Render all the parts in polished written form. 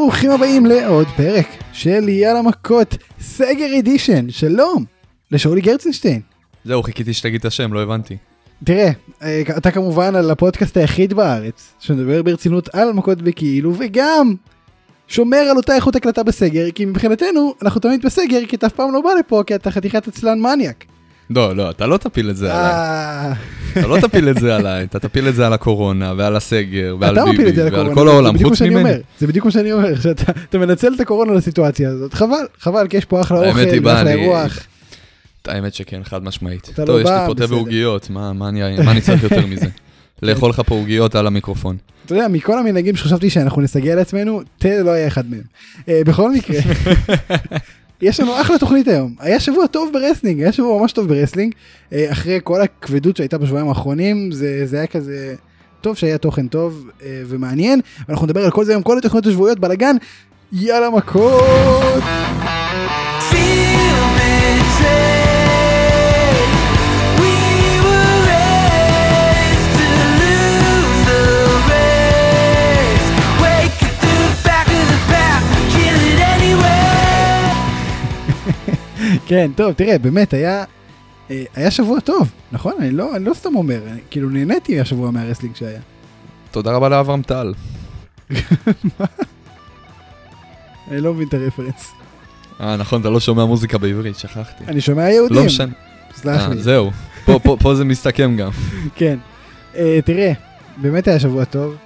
וברוכים הבאים לעוד פרק של יאללה מכות סגר אדישן. שלום לשאולי גרצנשטיין. זהו, חיכיתי שתגיד את השם, לא הבנתי. תראה, אתה כמובן על הפודקאסט היחיד בארץ שמדבר ברצינות על מכות בכאילו, וגם שומר על אותה איכות הקלטה בסגר, כי מבחינתנו אנחנו תמיד בסגר, כי אתה אף פעם לא בא לפה, כי אתה חתיכת עצלן מניאק. לא, אתה לא תפיל את זה עליי. אתה לא תפיל את זה עליי, אתה תפיל את זה על הקורונה ועל הסגר ועל ביבי ועל כל העולם, חוץ ממני. זה בדיוק מה שאני אומר, שאתה מנצל את הקורונה לסיטואציה הזאת. חבל, כי יש פה אחלה אוכל, אחלה אירוח. האמת שכן, חד משמעית. טוב, יש לי פה תה ועוגיות, מה אני צריך יותר מזה? לאכול לך פה עוגיות על המיקרופון. אתה יודע, מכל המנהגים שחשבתי שאנחנו נסגר לעצמנו, תה לא היה אחד מהם. בכל מקרה, יש לנו אחלה תוכנית היום. היה שבוע טוב ברסלינג, היה שבוע ממש טוב ברסלינג. אחרי כל הכבדות שהייתה בשבועיים האחרונים, זה היה כזה טוב שהיה תוכן טוב ומעניין. ואנחנו נדבר על כל זה היום, כל התוכניות השבועיות, בלגן. יאללה מכות! כן, טוב, תראה, באמת היה שבוע טוב, נכון? אני לא סתם אומר, כאילו נהניתי השבוע מהרסלינג שהיה. תודה רבה לאברהם טל. מה? אני לא מבין את הרפרנס. נכון, אתה לא שומע מוזיקה בעברית, שכחתי. אני שומע יהודים. לא משנה. סלח לי. זהו, פה זה מסתכם גם. כן, תראה, באמת היה שבוע טוב.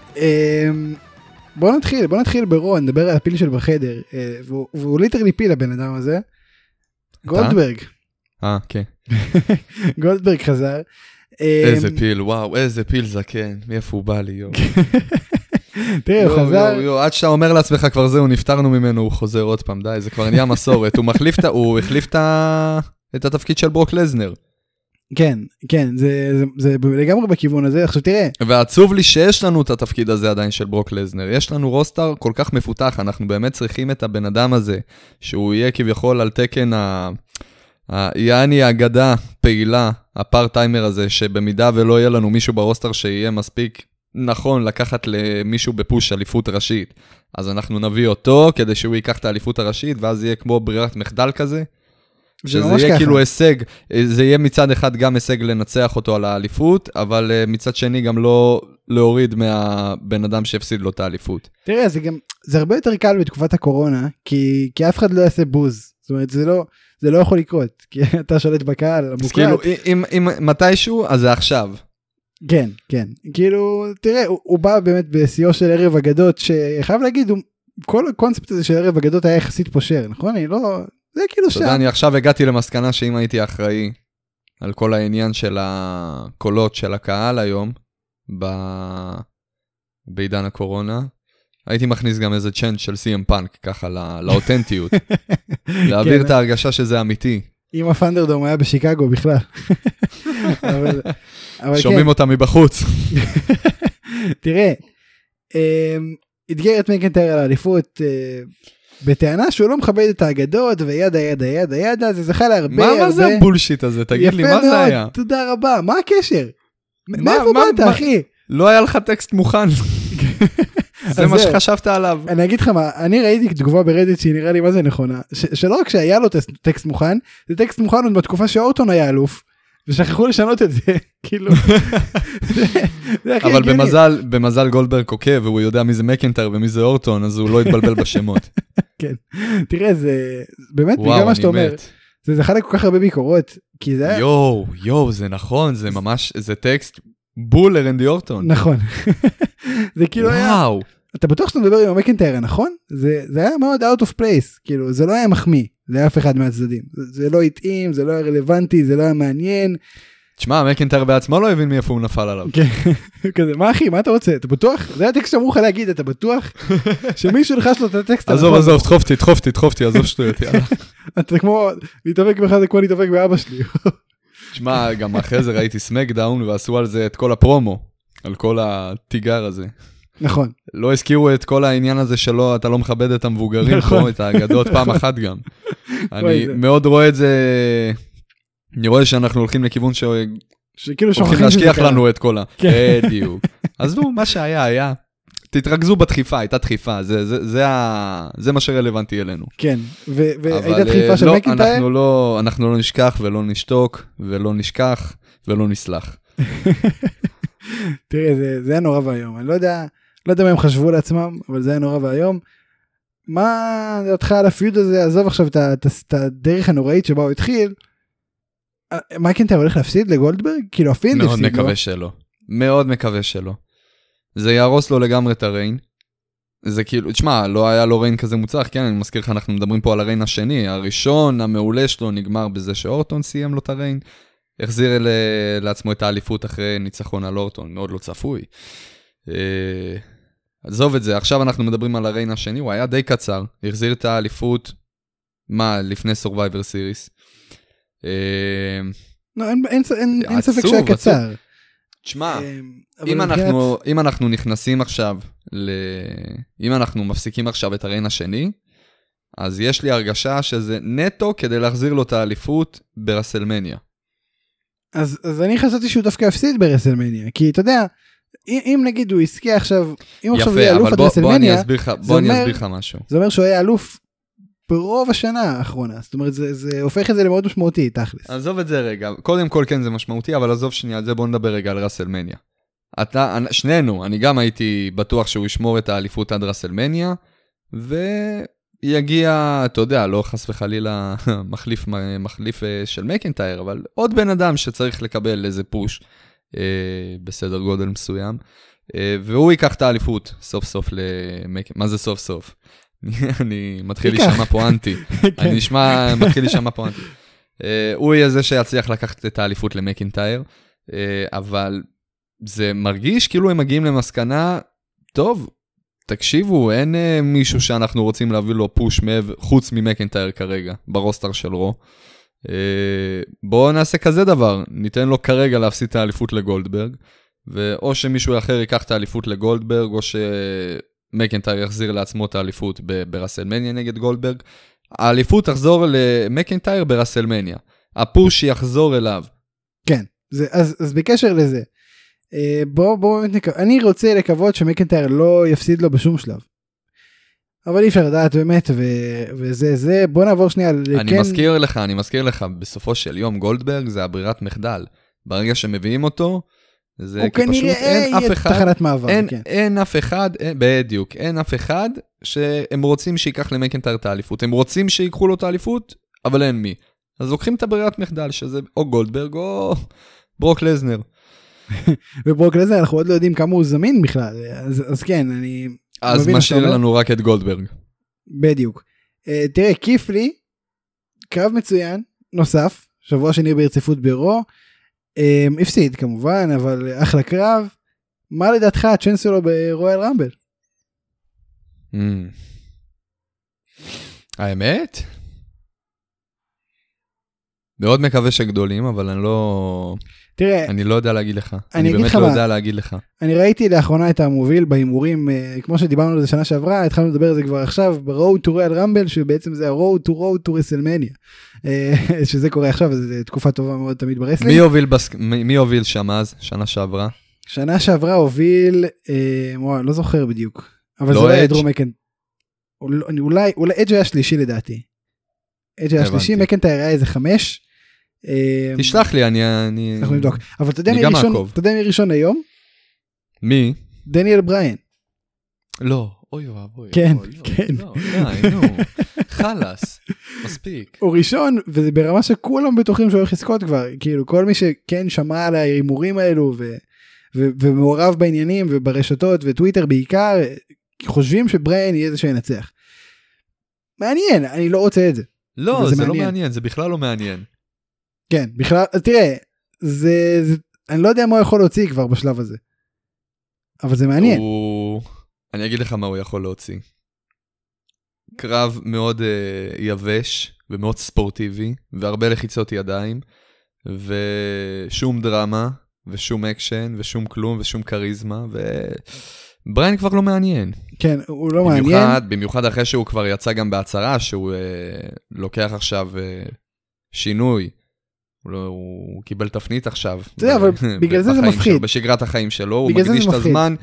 בוא נתחיל ברון, נדבר על הפיל של בחדר, והוא ליטרלי פיל הבן אדם הזה. גולדברג. כן. גולדברג חזר. איזה פיל, וואו, איזה פיל זקן, מאיפה הוא בא לי, יו. תראה, הוא חזר. עד שאתה אומר לעצמך כבר זהו, נפטרנו ממנו, הוא חוזר עוד פעם, די, זה כבר נהיה מסורת. הוא החליף את התפקיד של ברוק לזנר. כן, זה לגמרי בכיוון הזה. עכשיו תראה. ועצוב לי שיש לנו את התפקיד הזה עדיין של ברוק לזנר. יש לנו רוסטר כל כך מפותח, אנחנו באמת צריכים את הבן אדם הזה, שהוא יהיה כביכול על תקן יעני האגדה פעילה, הפארט-טיימר הזה, שבמידה ולא יהיה לנו מישהו ברוסטר שיהיה מספיק נכון לקחת למישהו בפוש אליפות ראשית, אז אנחנו נביא אותו כדי שהוא ייקח את האליפות הראשית, ואז יהיה כמו ברירת מחדל כזה. שזה יהיה כאילו הישג, זה יהיה מצד אחד גם הישג לנצח אותו על האליפות, אבל מצד שני גם לא להוריד מהבן אדם שהפסיד לו את האליפות. תראה, זה הרבה יותר קל בתקופת הקורונה, כי אף אחד לא יעשה בוז. זאת אומרת, זה לא יכול לקרות, כי אתה שולט בקהל, המוקלט. אז כאילו, אם מתישהו, אז זה עכשיו. כן. כאילו, תראה, הוא בא באמת בשיאו של ערב אגדות, שחייב להגיד, כל הקונספט הזה של ערב אגדות היה יחסית פושר, נכון? זה כאילו שם. אני עכשיו הגעתי למסקנה שאם הייתי אחראי על כל העניין של הקולות של הקהל היום, בעידן הקורונה, הייתי מכניס גם איזה צ'אנט של CM Punk, ככה לאותנטיות. להעביר את ההרגשה שזה אמיתי. אם הפנדרדום היה בשיקגו בכלל. שומעים אותה מבחוץ. תראה, אתגר את מקנטר על האליפות, בטענה שהוא לא מכבד את האגדות, וידה, זה זכה להרבה. מה זה הבולשיט הזה? תגיד לי, מה זה היה? תודה רבה, מה הקשר? מאיפה באת, אחי? לא היה לך טקסט מוכן. זה מה שחשבת עליו. אני אגיד לך מה, אני ראיתי תגובה ברדיט שהיא נראה לי מה זה נכונה, שלא רק שהיה לו טקסט מוכן, זה טקסט מוכן עוד בתקופה שאורטון היה אלוף, ושכחו לשנות את זה, כאילו. אבל במזל גולדברג עוקב, והוא יודע מי זה מקנטר ומי זה אורטון, אז הוא לא יתבלבל בשמות. כן, תראה, זה באמת, בגלל מה שאתה אומר, זה זכה לכל כך הרבה ביקורות, כי זה היה... יו, זה נכון, זה ממש, זה טקסט בול לרנדי אורטון. נכון. זה כאילו היה... אתה בטוח שאתה מדבר עם המקנטייר, נכון? זה היה מאוד out of place, כאילו, זה לא היה מחמיא לאף אחד מהצדדים. זה לא התאים, זה לא היה רלוונטי, זה לא היה מעניין. תשמע, המקנטייר בעצמו לא הבין מאיפה הוא נפל עליו. כן, כזה, מה אחי, מה אתה רוצה? אתה בטוח? זה הטקסט שאמרו לך להגיד, אתה בטוח? שמישהו לחש לו את הטקסט הנכון. עזוב, תחופתי, עזוב שטויות, יאללה. אתה כמו, להתאבק בך זה כמו להתאבק באבא שלי. תשמע, גם אחרי זה ראיתי סמקדאון, ועשו על זה את כל הפרומו, על כל התיגר הזה. נכון. לא הזכירו את כל העניין הזה שלא, אתה לא מכבד את המבוגרים פה, את האגדות פעם אחת גם. אני מאוד רואה את זה, אני רואה שאנחנו הולכים לכיוון שכאילו הולכים להשכיח לנו את כל בדיוק. אז נו, מה שהיה היה. תתרכזו בדחיפה, הייתה דחיפה, זה מה שרלוונטי אלינו. כן, והייתה דחיפה של מקינטייר? אנחנו לא נשכח ולא נשתוק, ולא נשכח ולא נסלח. תראה, זה היה נורא והיום, אני לא יודע מה הם חשבו לעצמם, אבל זה היה נורא והיום. מה דעתך על הפיוד הזה? עזוב עכשיו את הדרך הנוראית שבה הוא התחיל. מקינטייר הולך להפסיד לגולדברג? כאילו הפינד הפסיד לו. מאוד מקווה שלא. מאוד מקווה שלא. זה יהרוס לו לגמרי את הריין. זה כאילו, תשמע, לא היה לו ריין כזה מוצלח, כן, אני מזכיר לך, אנחנו מדברים פה על הריין השני. הראשון, המעולה שלו, נגמר בזה שאורטון סיים לו את הריין. החזיר לעצמו את האליפות אחרי ניצחון על אורטון, מאוד לא צפוי. עזוב את זה, עכשיו אנחנו מדברים על הריין השני, הוא היה די קצר, החזיר את האליפות, לפני Survivor Series. לא, אין ספק שהיה קצר. תשמע, אם אנחנו נכנסים עכשיו, אם אנחנו מפסיקים עכשיו את הריין השני, אז יש לי הרגשה שזה נטו כדי להחזיר לו את האליפות ברסלמניה. אז אני חשבתי שהוא דווקא הפסיד ברסלמניה, כי אתה יודע, אם נגיד הוא עסקי עכשיו, אם עכשיו הוא יהיה אלוף עד רסלמניה, בוא אני אסביר לך משהו. זה אומר שהוא היה אלוף ברוב השנה האחרונה, זאת אומרת, זה הופך את זה למאוד משמעותי, תכלס. עזוב את זה רגע, קודם כל כן זה משמעותי, אבל עזוב שנייה, את זה בוא נדבר רגע על רסלמניה. שנינו, אני גם הייתי בטוח שהוא ישמור את האליפות עד רסלמניה, ויגיע, אתה יודע, לא חס וחלילה מחליף של מקינטייר, אבל עוד בן אדם שצריך לקבל איזה פוש, בסדר גודל מסוים, והוא ייקח את האליפות סוף סוף מה זה סוף סוף? אני מתחיל להישמע פה אנטי. אני מתחיל להישמע פה אנטי. הוא יהיה זה שיצליח לקחת את האליפות למקינטייר, אבל זה מרגיש כאילו הם מגיעים למסקנה, טוב, תקשיבו, אין מישהו שאנחנו רוצים להביא לו פוש חוץ ממקינטייר כרגע, ברוסטר של רו. בואו נעשה כזה דבר, ניתן לו כרגע להפסיד את האליפות לגולדברג, או שמישהו אחר ייקח את האליפות לגולדברג, או שמקינטייר יחזיר לעצמו את האליפות ברסלמניה נגד גולדברג. האליפות תחזור למקינטייר ברסלמניה, הפוש יחזור אליו. כן, אז בקשר לזה, אני רוצה לקוות שמקינטייר לא יפסיד לו בשום שלב. אבל אי אפשר לדעת באמת, וזה, בוא נעבור שנייה. אני מזכיר לך, בסופו של יום גולדברג זה הברירת מחדל. ברגע שמביאים אותו, זה הוא כנראה יהיה תחנת מעבר. אין אף אחד, בדיוק, אין אף אחד שהם רוצים שיקח למקינטייר את האליפות. הם רוצים שיקחו לו את האליפות, אבל אין מי. אז לוקחים את הברירת מחדל, שזה או גולדברג או ברוק לזנר. וברוק לזנר, אנחנו עוד לא יודעים כמה הוא זמין בכלל. אז כן, אז משאיר לנו רק את גולדברג. בדיוק. תראה, כיף לי, קרב מצוין, נוסף, שבוע שני ברציפות ברו, הפסיד כמובן, אבל אחלה קרב. מה לדעתך הצ'אנס שלו ברויאל רמבל? האמת? מאוד מקווה שגדולים, אבל אני לא... תראה, אני לא יודע להגיד לך. אני באמת לא יודע להגיד לך. אני ראיתי לאחרונה את המוביל בהימורים, כמו שדיברנו על זה שנה שעברה, התחלנו לדבר על זה כבר עכשיו, ב-Road to Royal Rumble, שבעצם זה ה-Road to WrestleMania, שזה קורה עכשיו, וזו תקופה טובה מאוד תמיד ברסלינג. מי הוביל שם אז, שנה שעברה? שנה שעברה הוביל, לא זוכר בדיוק, אבל זה לא היה דרום מקן, אולי אג' היה שלישי לדעתי. אג' היה שלישי, מקנטייר היה איזה 5, תשלח לי, אני... אנחנו נבדוק. אבל אתה יודע מי ראשון היום? מי? דניאל בריין. לא, אוי ואבוי. כן, כן. לא, נו, חלס, מספיק. הוא ראשון, וזה ברמה שכולם בטוחים שהוא הולך לזכות כבר, כאילו כל מי שכן שמע על ההימורים האלו, ומעורב בעניינים, וברשתות, וטוויטר בעיקר, חושבים שבריין יהיה זה שינצח. מעניין, אני לא רוצה את זה. לא, זה לא מעניין, זה בכלל לא מעניין. כן, בכלל, תראה, אני לא יודע מה הוא יכול להוציא כבר בשלב הזה. אבל זה מעניין. אני אגיד לך מה הוא יכול להוציא. קרב מאוד יבש ומאוד ספורטיבי, והרבה לחיצות ידיים, ושום דרמה, ושום אקשן, ושום כלום, ושום קריזמה, ובריין כבר לא מעניין. כן, הוא לא מעניין. במיוחד אחרי שהוא כבר יצא גם בהצהרה, שהוא לוקח עכשיו שינוי. הוא קיבל תפנית עכשיו. זה, אבל בגלל זה זה מפחיד. בשגרת החיים שלו, הוא מקדיש את הזמן.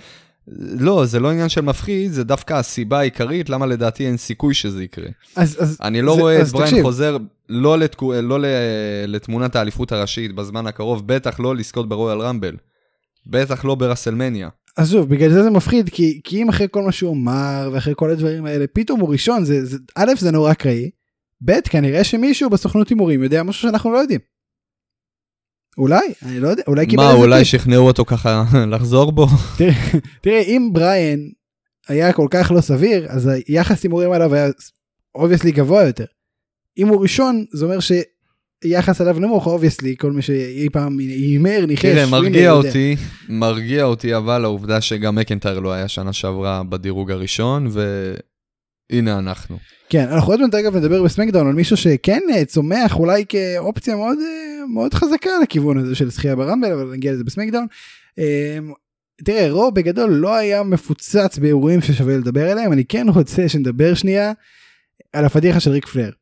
לא, זה לא עניין של מפחיד, זה דווקא הסיבה העיקרית, למה לדעתי אין סיכוי שזה יקרה. אני לא רואה את בריין חוזר, לא לתמונת האליפות הראשית בזמן הקרוב, בטח לא לזכות ברויאל רמבל, בטח לא ברסלמניה. עזוב, בגלל זה מפחיד, כי אם אחרי כל מה שהוא אמר, ואחרי כל הדברים האלה, פתאום הוא ראשון, א', זה נורא קראי, ב', כנראה שמישהו בסוכנות הימורים יודע משהו שאנחנו לא יודעים. אולי, אני לא יודע, אולי קיבל... מה, אולי שכנעו אותו ככה לחזור בו? תראה, אם בריין היה כל כך לא סביר, אז היחס הימורים עליו היה obviously גבוה יותר. אם הוא ראשון, זה אומר שיחס עליו נמוך, obviously, כל מי שאי פעם יימר, ניחש... תראה, מרגיע אותי, אבל העובדה שגם מקנטייר לא היה שנה שעברה בדירוג הראשון, והנה אנחנו. כן, אנחנו עוד מעט אגב נדבר בסמקדאון על מישהו שכן צומח אולי כאופציה מאוד, מאוד חזקה לכיוון הזה של זכייה ברמבל, אבל נגיע לזה בסמקדאון. תראה, רו בגדול לא היה מפוצץ באירועים ששווה לדבר עליהם, אני כן רוצה שנדבר שנייה על הפדיחה של ריק פלר.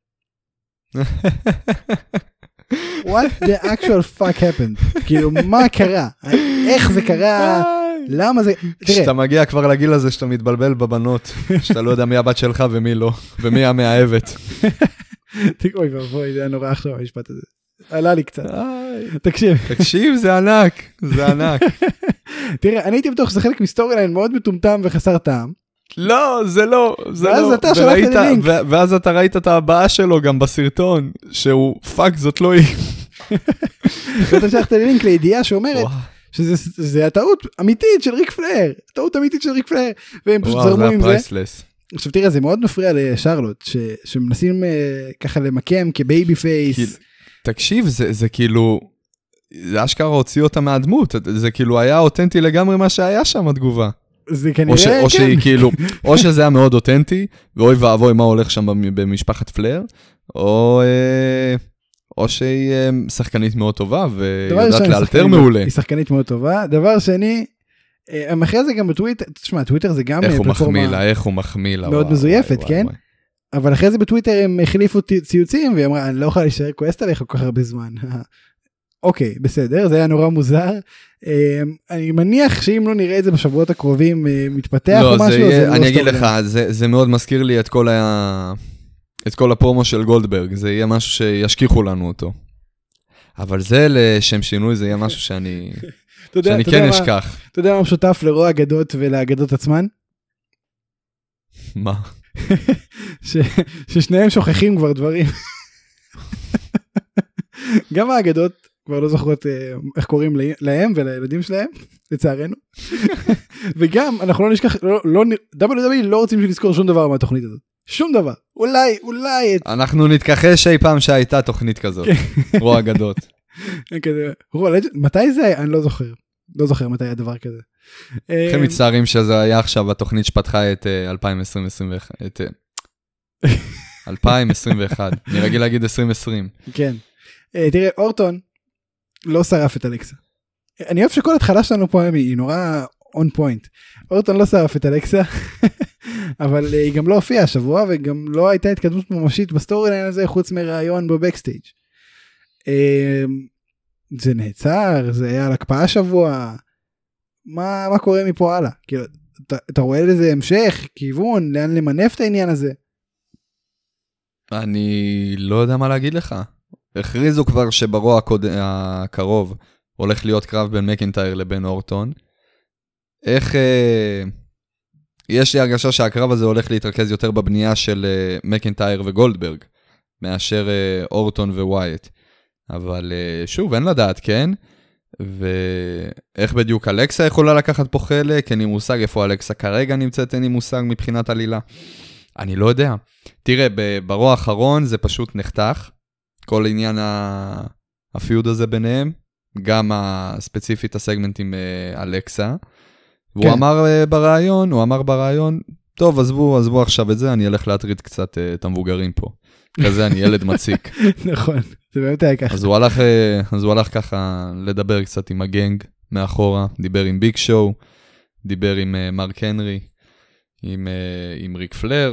What the actual fuck happened? כאילו, מה קרה? איך זה קרה? למה זה... כשאתה מגיע כבר לגיל הזה שאתה מתבלבל בבנות, שאתה לא יודע מי הבת שלך ומי לא, ומי המאהבת. אוי ואבוי, זה היה נורא עכשיו המשפט הזה. עלה לי קצת. תקשיב, זה ענק, זה ענק. תראה, אני הייתי בטוח שזה חלק מסטורי ליין מאוד מטומטם וחסר טעם. לא, זה לא, זה לא. ואז אתה שלחת לי לינק. ואז אתה ראית את הבאה שלו גם בסרטון, שהוא פאק, זאת לא היא. ואתה שלחת לי לינק לידיעה שאומרת, שזה הטעות אמיתית של ריק פלר, טעות אמיתית של ריק פלר, והם פשוט זרמו עם זה. עכשיו תראה, זה מאוד מפריע לשרלוט, שמנסים ככה למקם כבייבי פייס. תקשיב, זה כאילו, זה אשכרה הוציא אותה מהדמות, זה כאילו היה אותנטי לגמרי מה שהיה שם התגובה. זה כנראה, או שהיא כאילו, או שזה היה מאוד אותנטי, ואוי ואבוי מה הולך שם במשפחת פלר, או שהיא שחקנית מאוד טובה, ויודעת לאלתר מעולה. היא שחקנית מאוד טובה. דבר שני, אחרי זה גם בטוויטר, תשמע, טוויטר זה גם איך הוא מחמיא לה. מאוד מזויפת, כן? אבל אחרי זה בטוויטר הם החליפו ציוצים, והיא אמרה, אני לא יכולה להישאר כועסת עליך כל כך הרבה זמן. אוקיי, בסדר, זה היה נורא מוזר. אני מניח שאם לא נראה את זה בשבועות הקרובים מתפתח או משהו, אני אגיד לך, זה מאוד מזכיר לי את כל הפרומו של גולדברג, זה יהיה משהו שישכיחו לנו אותו. אבל זה לשם שינוי, זה יהיה משהו שאני כן אשכח. אתה יודע מה משותף לרוע אגדות ולאגדות עצמן? מה? ששניהם שוכחים כבר דברים. גם האגדות כבר לא זוכרות איך קוראים להם ולילדים שלהם, לצערנו. וגם אנחנו לא נשכח, WWE לא רוצים לזכור שום דבר מהתוכנית הזאת. שום דבר. אולי... אנחנו נתכחש אי פעם שהייתה תוכנית כזאת. רוע אגדות. מתי זה היה? אני לא זוכר. לא זוכר מתי היה דבר כזה. לכם מצטערים שזה היה עכשיו התוכנית שפתחה את 2021. 2021. אני רגיל להגיד 2020. כן. תראה, אורטון לא שרף את אלכסה. אני אוהב שכל התחלה שלנו פה היא נורא on point. אורטון לא שרף את אלכסה, אבל היא גם לא הופיעה השבוע, וגם לא הייתה התקדמות ממשית בסטורי ליין הזה, חוץ מראיון בבקסטייג'. זה נעצר, זה היה על הקפאה שבוע. מה קורה מפה הלאה? כאילו, אתה רואה לזה המשך, כיוון, לאן למנף את העניין הזה? אני לא יודע מה להגיד לך. הכריזו כבר שברוע הקרוב הולך להיות קרב בין מקנטייר לבין אורטון. יש לי הרגשה שהקרב הזה הולך להתרכז יותר בבנייה של מקנטייר וגולדברג, מאשר אורטון ווייט. אבל שוב, אין לדעת, כן? ואיך בדיוק אלכסה יכולה לקחת פה חלק? אין לי מושג איפה אלכסה כרגע נמצאת, אין לי מושג מבחינת עלילה. אני לא יודע. תראה, ברוע האחרון זה פשוט נחתך. כל עניין הפיוד הזה ביניהם, גם הספציפית הסגמנט עם אלכסה. והוא אמר ברעיון, טוב, עזבו עכשיו את זה, אני אלך להטריד קצת את המבוגרים פה. כזה אני ילד מציק. נכון, זה באמת היה ככה. אז הוא הלך ככה לדבר קצת עם הגנג מאחורה, דיבר עם ביג שואו, דיבר עם מרק הנרי, עם ריק פלר.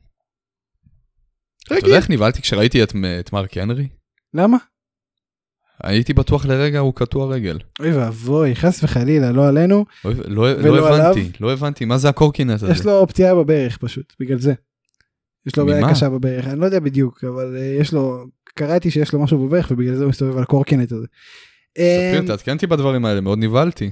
אתה יודע איך נבלתי כשראיתי את מרק הנרי? למה? הייתי בטוח לרגע, הוא קטוע רגל. אוי ואבוי, חס וחלילה, לא עלינו. לא הבנתי, מה זה הקורקינט הזה? יש לו פציעה בברך פשוט, בגלל זה. יש לו בעיה קשה בברך, אני לא יודע בדיוק, אבל יש לו, קראתי שיש לו משהו בברך, ובגלל זה הוא מסתובב על הקורקינט הזה. ספיר, תעדכנתי בדברים האלה, מאוד נבלתי.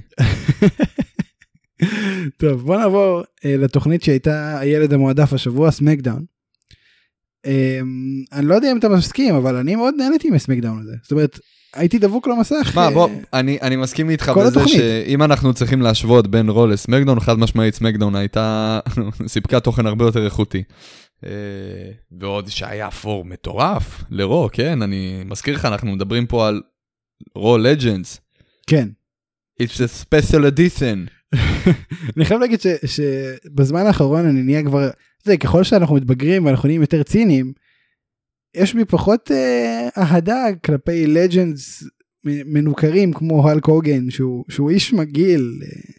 טוב, בוא נעבור לתוכנית שהייתה הילד המועדף השבוע, סמקדאון. אני לא יודע אם אתה מסכים, אבל אני מאוד נהניתי מסמקדאון הזה. זאת אומרת, הייתי דבוק למסך. בוא, אני מסכים איתך בזה שאם אנחנו צריכים להשוות בין רו לסמקדאון, חד משמעית סמקדאון הייתה סיפקה תוכן הרבה יותר איכותי. ועוד שהיה פור מטורף לרו, כן? אני מזכיר לך, אנחנו מדברים פה על רו לג'נדס. כן. It's a special edition. אני חייב להגיד שבזמן האחרון אני נהיה כבר, ככל שאנחנו מתבגרים ואנחנו נהיים יותר ציניים, יש בי פחות אהדה כלפי לג'נדס מנוכרים כמו הלק הוגן, שהוא איש מגעיל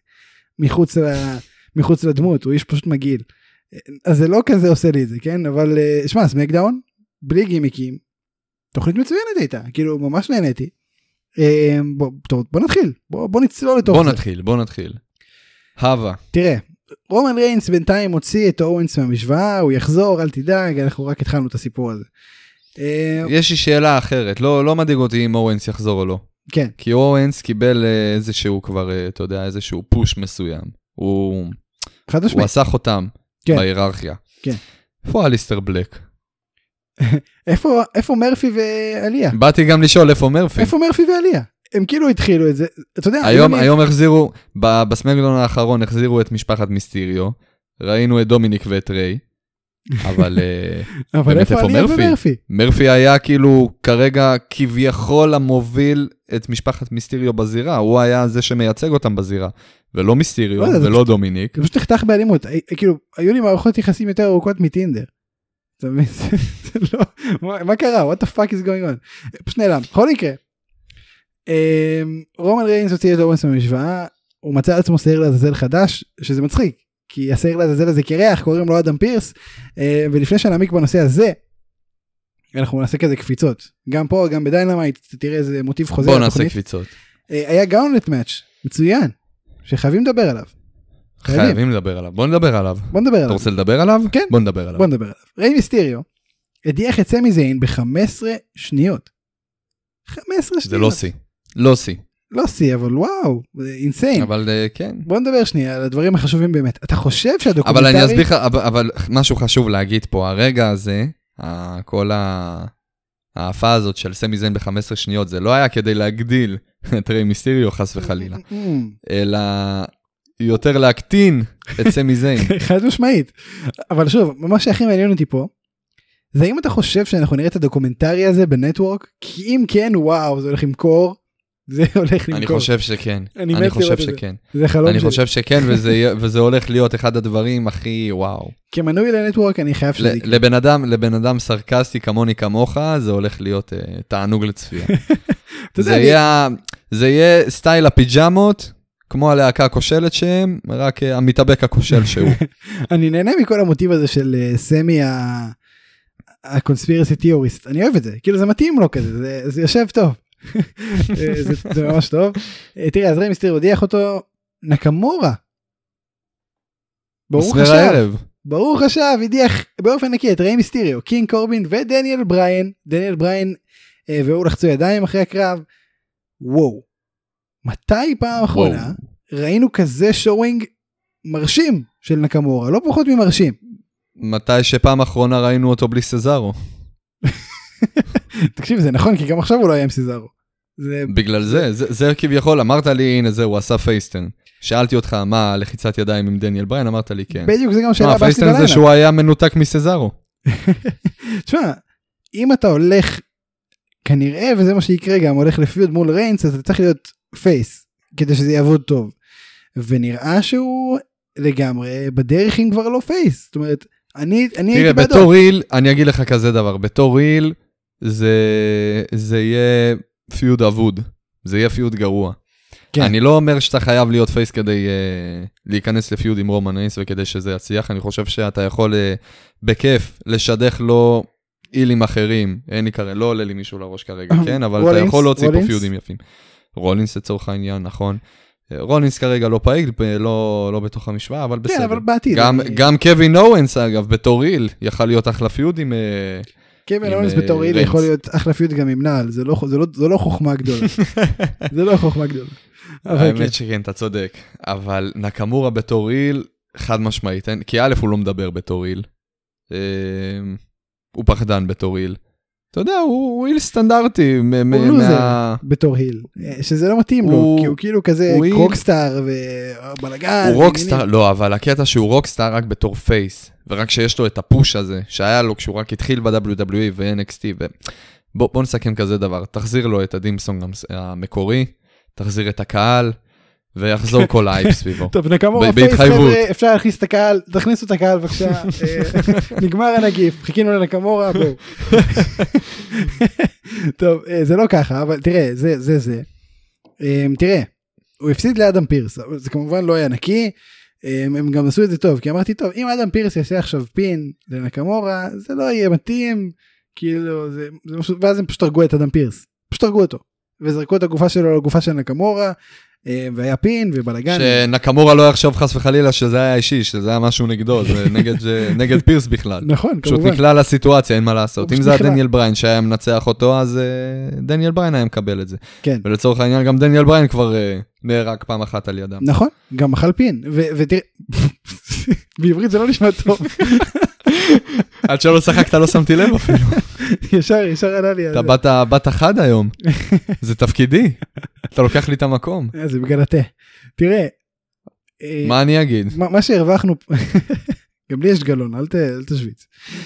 מחוץ לדמות, הוא איש פשוט מגעיל. אז זה לא כזה עושה לי את זה, כן? אבל שמע, סמקדאון, בלי גימיקים, תוכנית מצוינת הייתה, כאילו ממש נהניתי. בוא נתחיל, בוא נצלול לתוך זה. בוא נתחיל. הווה. תראה, רומן ריינס בינתיים הוציא את אורנס מהמשוואה, הוא יחזור, אל תדאג, אנחנו רק התחלנו את הסיפור הזה. יש לי שאלה אחרת, לא מדאיג אותי אם אורנס יחזור או לא. כן. כי אורנס קיבל איזשהו כבר, אתה יודע, איזשהו פוש מסוים. הוא עשה חותם בהיררכיה. כן. איפה אליסטר בלק? איפה מרפי ועליה? באתי גם לשאול איפה מרפי. איפה מרפי ועליה? הם כאילו התחילו את זה, אתה יודע. היום החזירו, בסמקדאון האחרון החזירו את משפחת מיסטריו, ראינו את דומיניק ואת ריי, אבל איפה עליה ומרפי? מרפי היה כאילו כרגע כביכול המוביל את משפחת מיסטריו בזירה, הוא היה זה שמייצג אותם בזירה, ולא מיסטריו ולא דומיניק. זה פשוט נחתך באלימות, כאילו היו לי מערכות יחסים יותר ארוכות מטינדר. מה קרה? What the fuck is going on? פשוט נעלם. בכל מקרה, רומן ריינס הוציא את אורנס מהמשוואה, הוא מצא על עצמו שעיר לעזאזל חדש, שזה מצחיק, כי השעיר לעזאזל הזה קרח, קוראים לו אדם פירס, ולפני שנעמיק בנושא הזה, אנחנו נעשה כזה קפיצות, גם פה, גם בדיינמייט, תראה איזה מוטיב חוזר. בוא נעשה קפיצות. היה גאונט מאץ' מצוין, שחייבים לדבר עליו. חייבים לדבר עליו, בוא נדבר עליו. אתה רוצה לדבר עליו? כן. בוא נדבר עליו. ריי מיסטריו, הדיח את סמי זיין ב-15 שניות. 15 שניות. זה לא סי. לא סי. לא סי, אבל וואו, אינסיין. אבל כן. בוא נדבר שנייה על הדברים החשובים באמת. אתה חושב שהדוקומנטרי... אבל אני אסביר לך, אבל משהו חשוב להגיד פה, הרגע הזה, כל ההפעה הזאת של סמי זיין ב-15 שניות, זה לא היה כדי להגדיל את ריי מיסטריו חס וחלילה, אלא יותר להקטין את סמי זיין. חד משמעית. אבל שוב, מה שהכי מעניין אותי פה, זה אם אתה חושב שאנחנו נראה את הדוקומנטרי הזה בנטוורק, כי אם כן, וואו, זה הולך למכור, זה הולך למכור. אני חושב שכן. אני חושב שכן. זה חלום שלי. אני חושב שכן, וזה הולך להיות אחד הדברים הכי וואו. כמנוי לנטוורק, אני חייב שזה יקרה. לבן אדם סרקסטי כמוני כמוך, זה הולך להיות תענוג לצפייה. זה יהיה סטייל הפיג'מות, כמו הלהקה הכושלת שהם, רק המתאבק הכושל שהוא. אני נהנה מכל המוטיב הזה של סמי הקונספירסי תיאוריסט, אני אוהב את זה, כאילו זה מתאים לו כזה, זה יושב טוב, זה ממש טוב. תראה, אז ריי מיסטריו הודיח אותו, נקמורה, ברוך השב, הדיח באופן נקי את ריי מיסטריו, קינג קורבין ודניאל בריין, והוא לחצו ידיים אחרי הקרב. וואו, מתי פעם אחרונה ראינו כזה שואינג מרשים של נקמורה, לא פחות ממרשים. מתי שפעם אחרונה ראינו אותו בלי סזארו. תקשיב, זה נכון, כי גם עכשיו הוא לא היה עם סזארו. בגלל זה כביכול, אמרת לי, הנה זה, הוא עשה פייסטן. שאלתי אותך, מה, לחיצת ידיים עם דניאל בריין? אמרת לי, כן. בדיוק, זה גם שאלה בסתי בלילה. פייסטן זה שהוא היה מנותק מסזארו. תשמע, אם אתה הולך, כנראה, וזה מה שיקרה גם, הולך לפיוד מול ריינס, אז אתה צריך להיות פייס, כדי שזה יעבוד טוב. ונראה שהוא לגמרי, בדרך אם כבר לא פייס. זאת אומרת, תראה, בתור ריל, אני אגיד לך כזה דבר, בתור ריל, זה יהיה פיוד אבוד, זה יהיה פיוד גרוע. כן. אני לא אומר שאתה חייב להיות פייס כדי להיכנס לפיוד עם רומן ריינס, וכדי שזה יצליח, אני חושב שאתה יכול בכיף לשדך לו אילים אחרים, לא עולה לי מישהו לראש כרגע, כן? אבל אתה יכול להוציא פה פיודים יפים. רולינס לצורך העניין, נכון. רולינס כרגע לא פעיל, לא בתוך המשוואה, אבל בסדר. כן, אבל בעתיד. גם קווין אורנס, אגב, בתור איל, יכל להיות אחלה פיוד עם... קווין אורנס בתור איל יכול להיות אחלה פיוד גם עם נעל, זה לא חוכמה גדולה. זה לא חוכמה גדולה. האמת שכן, אתה צודק. אבל נקמורה בתור איל, חד משמעית, כי א' הוא לא מדבר בתור איל. הוא פחדן בתור היל. אתה יודע, הוא היל סטנדרטי. הוא לוזר בתור היל, שזה לא מתאים לו, כי הוא כאילו כזה רוקסטאר ובלגן. הוא רוקסטאר, לא, אבל הקטע שהוא רוקסטאר רק בתור פייס, ורק שיש לו את הפוש הזה, שהיה לו כשהוא רק התחיל ב-WWE ו-NXT, בוא נסכם כזה דבר, תחזיר לו את הדימסונג המקורי, תחזיר את הקהל, ויחזור כל האייפ סביבו. טוב, נקמורה פייס, חבר'ה, אפשר להכניס את הקהל, תכניסו את הקהל בבקשה, נגמר הנגיף, חיכינו לנקמורה, בואו. טוב, זה לא ככה, אבל תראה, זה. תראה, הוא הפסיד לאדם פירס, זה כמובן לא היה נקי, הם גם עשו את זה טוב, כי אמרתי, טוב, אם אדם פירס יעשה עכשיו פין לנקמורה, זה לא יהיה מתאים, כאילו, ואז הם פשוט הרגו את אדם פירס, פשוט הרגו אותו, וזרקו את הגופה שלו לגופה של נקמורה, והיה פין ובלגן. שנקמורה לא יחשוב חס וחלילה שזה היה אישי, שזה היה משהו נגדו, זה נגד פירס בכלל. נכון, כמובן. פשוט נקלע לסיטואציה, אין מה לעשות. אם זה היה דניאל בריין שהיה מנצח אותו, אז דניאל בריין היה מקבל את זה. כן. ולצורך העניין גם דניאל בריין כבר נהרג פעם אחת על ידם. נכון, גם אכל פין. ותראה, בעברית זה לא נשמע טוב. עד שלא שחקת לא שמתי לב אפילו. ישר עלה לי. אתה בת אחד היום. זה תפקידי. אתה לוקח לי את המקום. זה בגלל התה. תראה. מה אני אגיד? מה שהרווחנו, גם לי יש גלון, אל תשוויץ.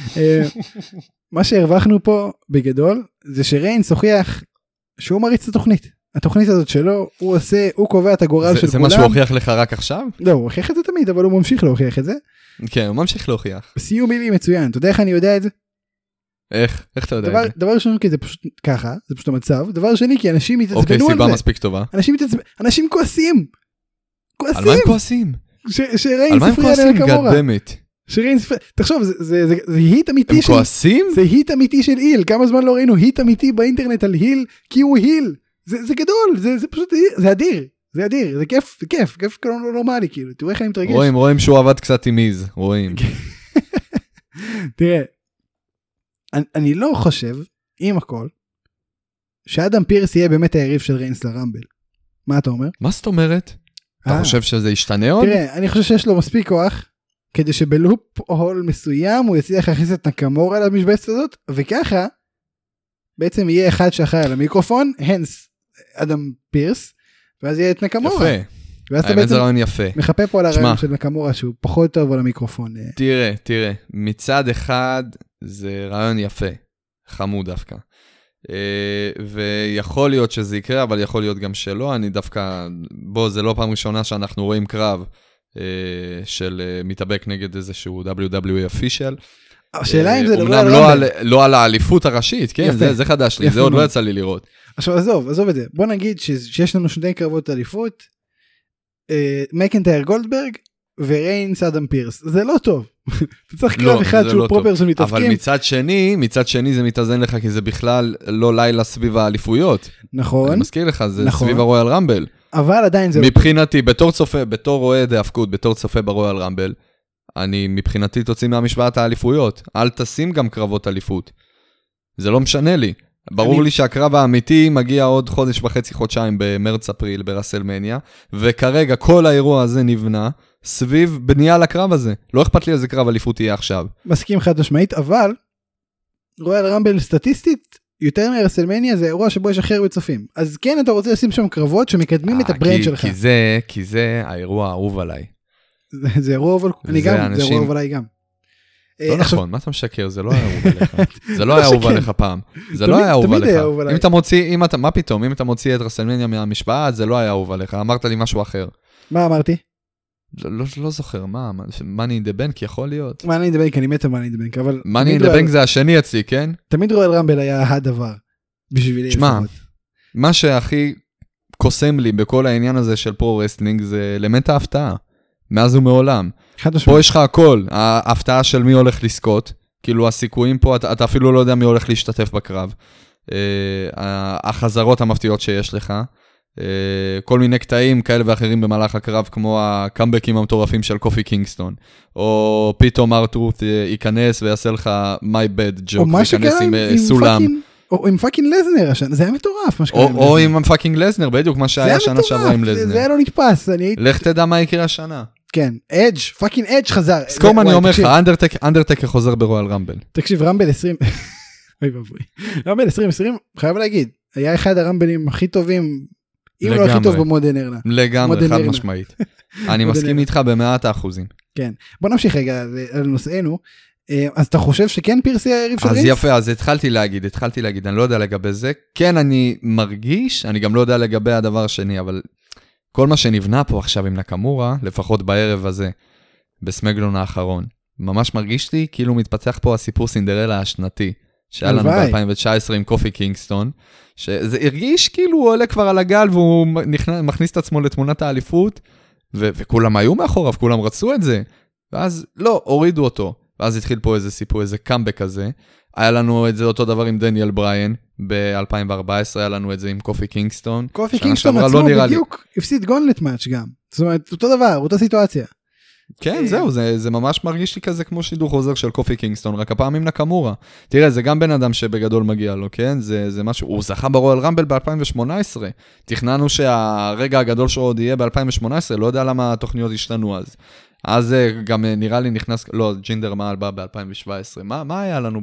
מה שהרווחנו פה בגדול, זה שריינס הוכיח שהוא מריץ את התוכנית. התוכנית הזאת שלו, הוא קובע את הגורל של כולם. זה מה שהוא הוכיח לך רק עכשיו? לא, הוא הוכיח את זה תמיד, אבל הוא ממשיך להוכיח את זה. כן, הוא ממשיך להוכיח. סיום מילי מצוין, אתה יודע איך אני יודע את זה? איך אתה יודע את זה? דבר ראשון, כי זה פשוט ככה, זה פשוט המצב. דבר שני, כי אנשים התעצבנו על זה. אוקיי, סיבה מספיק טובה. אנשים כועסים. על מה הם כועסים? שריינס הפריע לנקמורה. שריינס, תחשוב, זה היט אמיתי הם כועסים? זה היט אמיתי של היל. כמה זמן לא ראינו היט אמיתי באינטרנט על היל, כי הוא היל. זה גדול, זה פשוט, זה אדיר. זה אדיר, זה כיף לא נורמלי, כאילו. תראו איך אני מתרגש. רואים שהוא עבד קצת עם איז, רואים. תראה, אני לא חושב, עם הכל, שאדם פירס יהיה באמת היריב של ריינס לרמבל. מה אתה אומר? מה זאת אומרת? אתה חושב שזה ישתנה עוד? תראה, אני חושב שיש לו מספיק כוח, כדי שבלופ הול מסוים, הוא יצליח להכניס את נקמורה למשבצת הזאת, וככה, בעצם יהיה אחד שאחראי על המיקרופון, הנס אדם פירס, ואז יהיה את נקמורה. יפה. האמת זה רעיון יפה. מחפה פה על הרעיון של נקמורה, שהוא פחות טוב על המיקרופון. תראה, מצד אחד זה רעיון יפה, חמוד דווקא. ויכול להיות שזה יקרה, אבל יכול להיות גם שלא. אני דווקא, זה לא פעם ראשונה שאנחנו רואים קרב של מתאבק נגד איזשהו WWE official. השאלה אם זה אומנם לא על האליפות הראשית, כן, זה חדש לי, זה עוד לא יצא לי לראות. עכשיו עזוב את זה, בוא נגיד שיש לנו שני קרבות אליפות, מקנטייר גולדברג וריינס אדם פירס, זה לא טוב. אתה צריך קרב אחד שהוא פרופר שמתאבקים. אבל מצד שני זה מתאזן לך, כי זה בכלל לא לילה סביב האליפויות. נכון. אני מזכיר לך, זה סביב הרויאל רמבל. אבל עדיין זה... מבחינתי, בתור אוהד ההפקות, בתור צופה ברויאל רמבל, אני מבחינתי תוציא מהמשוואת האליפויות. אל תשים גם קרבות אליפות. זה לא משנה לי. ברור לי שהקרב האמיתי מגיע עוד חודש וחצי, חודשיים במרץ-אפריל ברסלמניה, וכרגע כל האירוע הזה נבנה סביב בנייה לקרב הזה. לא אכפת לי איזה קרב אליפות יהיה עכשיו. מסכים חד משמעית, אבל רויאל רמבל סטטיסטית, יותר מרסלמניה זה אירוע שבו יש הכי הרבה צופים. אז כן, אתה רוצה לשים שם קרבות שמקדמים את הברנד שלך. כי זה האירוע האהוב עליי. זה אירוע אהוב עליי גם. לא נכון, מה אתה משקר? זה לא היה אהוב עליך. זה לא היה אהוב עליך פעם. זה לא היה אהוב עליך. אם אתה מוציא, מה פתאום? אם אתה מוציא את רסלמניה מהמשפט, זה לא היה אהוב עליך. אמרת לי משהו אחר. מה אמרתי? לא זוכר, מאני אין דה בנק יכול להיות. מאני אין דה בנק, אני מת על מאני אין דה בנק, אבל... מאני אין דה בנק זה השני אצלי, כן? תמיד רויאל רמבל היה הדבר. בשבילי. שמע, מה שהכי קוסם לי בכל העניין הזה של פרו-רסלינג זה אלמנט ההפתעה. מאז ומעולם. פה יש לך הכל, ההפתעה של מי הולך לזכות, כאילו הסיכויים פה, אתה אפילו לא יודע מי הולך להשתתף בקרב. החזרות המפתיעות שיש לך, כל מיני קטעים כאלה ואחרים במהלך הקרב, כמו הקאמבקים המטורפים של קופי קינגסטון, או פתאום ארטרוט ייכנס ויעשה לך my bad joke, וייכנס עם סולם. או עם פאקינג לזנר השנה, זה היה מטורף מה שקרה. או עם פאקינג לזנר, בדיוק מה שהיה שנה שעברה עם לזנר. זה היה לא נתפס. לך תדע מה יקרה השנה. כן, אדג' פאקינג אדג' חזר. סקור מה אני אומר לך, אנדרטקר חוזר ברואל רמבל. תקשיב, רמבל 20, רמבל 2020, חייב להגיד, היה אחד הרמבלים הכי טובים, אם לא הכי טוב במודרן ארנה. לגמרי, חד משמעית. אני מסכים איתך ב100%. כן, בוא נמשיך רגע על נושאנו. אז אתה חושב שכן פירסי היריב של רינס? אז יפה, אז התחלתי להגיד, אני לא יודע לגבי זה. כן, אני מרגיש, אני גם לא יודע לגבי הדבר השני, אבל כל מה שנבנה פה עכשיו עם נקמורה, לפחות בערב הזה, בסמגלון האחרון, ממש מרגיש לי כאילו מתפתח פה הסיפור סינדרלה השנתי, שהיה לנו ב-2019 עם קופי קינגסטון, שזה הרגיש כאילו הוא עולה כבר על הגל, והוא מכניס את עצמו לתמונת האליפות, וכולם היו מאחוריו, כולם רצו את זה, ואז לא, הורידו אותו. ואז התחיל פה איזה סיפור, איזה קאמבק כזה. היה לנו את זה אותו דבר עם דניאל בריין, ב-2014 היה לנו את זה עם קופי קינגסטון. קופי קינגסטון עצמו בדיוק הפסיד גונלט מאץ' גם. זאת אומרת, אותו דבר, אותה סיטואציה. כן, זהו, זה ממש מרגיש לי כזה כמו שידור חוזר של קופי קינגסטון, רק הפעם עם נקמורה. תראה, זה גם בן אדם שבגדול מגיע לו, כן? זה משהו, הוא זכה ברואל רמבל ב-2018. תכננו שהרגע הגדול שלו עוד יהיה ב-2018, לא יודע למה התוכניות השתנו אז. אז גם נראה לי נכנס, לא, ג'ינדר מעל בא ב-2017. מה היה לנו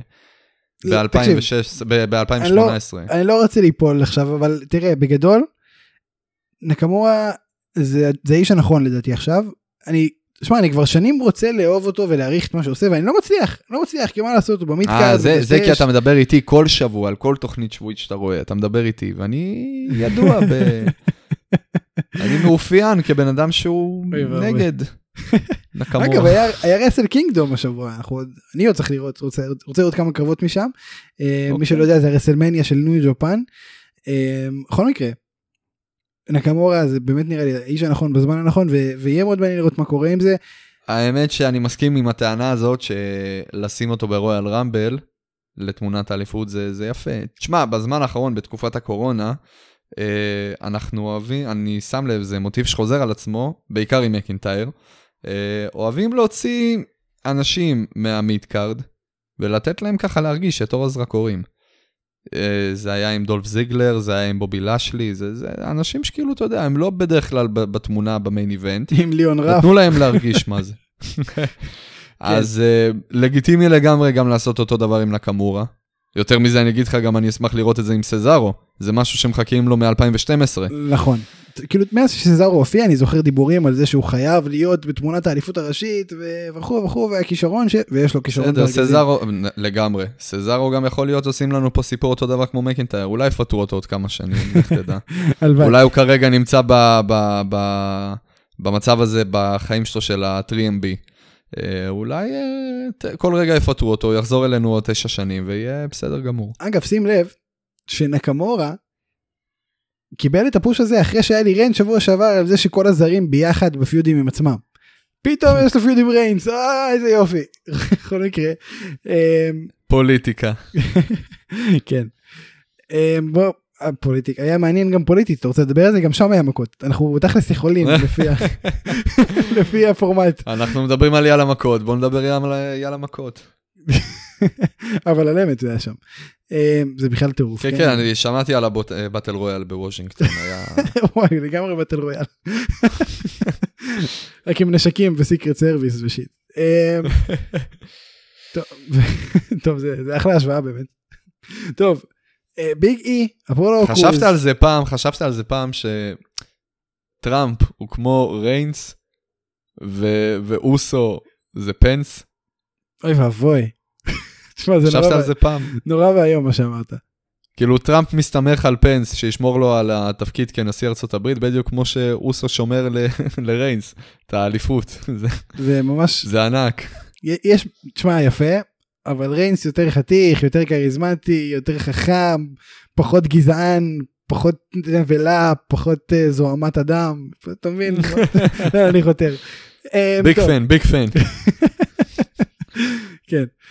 ב-2018? אני לא רוצה ליפול עכשיו, אבל תראה, בגדול, נקמורה זה האיש הנכון לדעתי עכשיו. אני כבר שנים רוצה לאהוב אותו ולהעריך את מה שעושה, ואני לא מצליח, כי מה לעשות אותו במידקארד. זה כי אתה מדבר איתי כל שבוע, על כל תוכנית שבועית שאתה רואה, אתה מדבר איתי, ואני ידוע אני מאופיין כבן אדם שהוא נגד. אגב, היה רסל קינגדום השבוע, אני עוד צריך לראות, רוצה לראות כמה קרבות משם, מי שלא יודע זה הרסלמניה של ניו ג'פן, בכל מקרה, נקמורה זה באמת נראה לי האיש הנכון בזמן הנכון, ויהיה מאוד מעניין לראות מה קורה עם זה. האמת שאני מסכים עם הטענה הזאת, שלשים אותו ברואל רמבל, לתמונת האליפות זה יפה. תשמע, בזמן האחרון, בתקופת הקורונה, אנחנו אוהבים, אני שם לב, זה מוטיב שחוזר על עצמו, בעיקר עם מקינטייר, אוהבים להוציא אנשים מהמידקארד, ולתת להם ככה להרגיש את אור הזרקורים. זה היה עם דולף זיגלר, זה היה עם בובי לשלי, זה אנשים שכאילו, אתה יודע, הם לא בדרך כלל בתמונה במיין איבנט. עם ליאון רף. נתנו להם להרגיש מה זה. אז לגיטימי לגמרי גם לעשות אותו דבר עם נקמורה. יותר מזה אני אגיד לך, גם אני אשמח לראות את זה עם סזארו. זה משהו שמחכים לו מ-2012. נכון. כאילו, מאז שסזארו הופיע, אני זוכר דיבורים על זה שהוא חייב להיות בתמונת האליפות הראשית, וכו', והכישרון ויש לו כישרון דרגזי. סזארו, לגמרי. סזארו גם יכול להיות, עושים לנו פה סיפור אותו דבר כמו מקינטייר. אולי יפטרו אותו עוד כמה שנים, תדע. אולי הוא כרגע נמצא במצב הזה, בחיים שלו של ה-3MB. אולי כל רגע יפטרו אותו, יחזור אלינו עוד 9 שנים, ויהיה בסדר גמור. אגב, שים לב, שנקמורה קיבל את הפוש הזה אחרי שהיה לי ריין שבוע שעבר על זה שכל הזרים ביחד בפיודים עם עצמם. פתאום יש לו פיוד עם ריינס, איזה יופי. בכל מקרה. פוליטיקה. כן. בוא, פוליטיקה, היה מעניין גם פוליטית, אתה רוצה לדבר על זה? גם שם היה מכות. אנחנו תכלס יכולים לפי הפורמט. אנחנו מדברים על יאללה מכות, בואו נדבר על יאללה מכות. אבל על אמת זה היה שם. זה בכלל טירוף. כן, כן, אני שמעתי על הבטל רויאל בוושינגטון. וואי, לגמרי בטל רויאל. רק עם נשקים וסיקרט סרוויס ושיט. טוב, זה אחלה השוואה באמת. טוב, ביג אי, אפולו קרוז. חשבת על זה פעם שטראמפ הוא כמו ריינס ואוסו זה פנס? אוי ואבוי. חשבת על זה פעם? נורא והיום מה שאמרת. כאילו טראמפ מסתמך על פנס שישמור לו על התפקיד כנשיא ארצות הברית, בדיוק כמו שאוסו שומר לריינס, את האליפות. זה ממש... זה ענק. יש, תשמע, יפה, אבל ריינס יותר חתיך, יותר קריזמטי, יותר חכם, פחות גזען, פחות נבלה, פחות זוהמת אדם, אתה מבין? אני חותר. ביג פן. כן.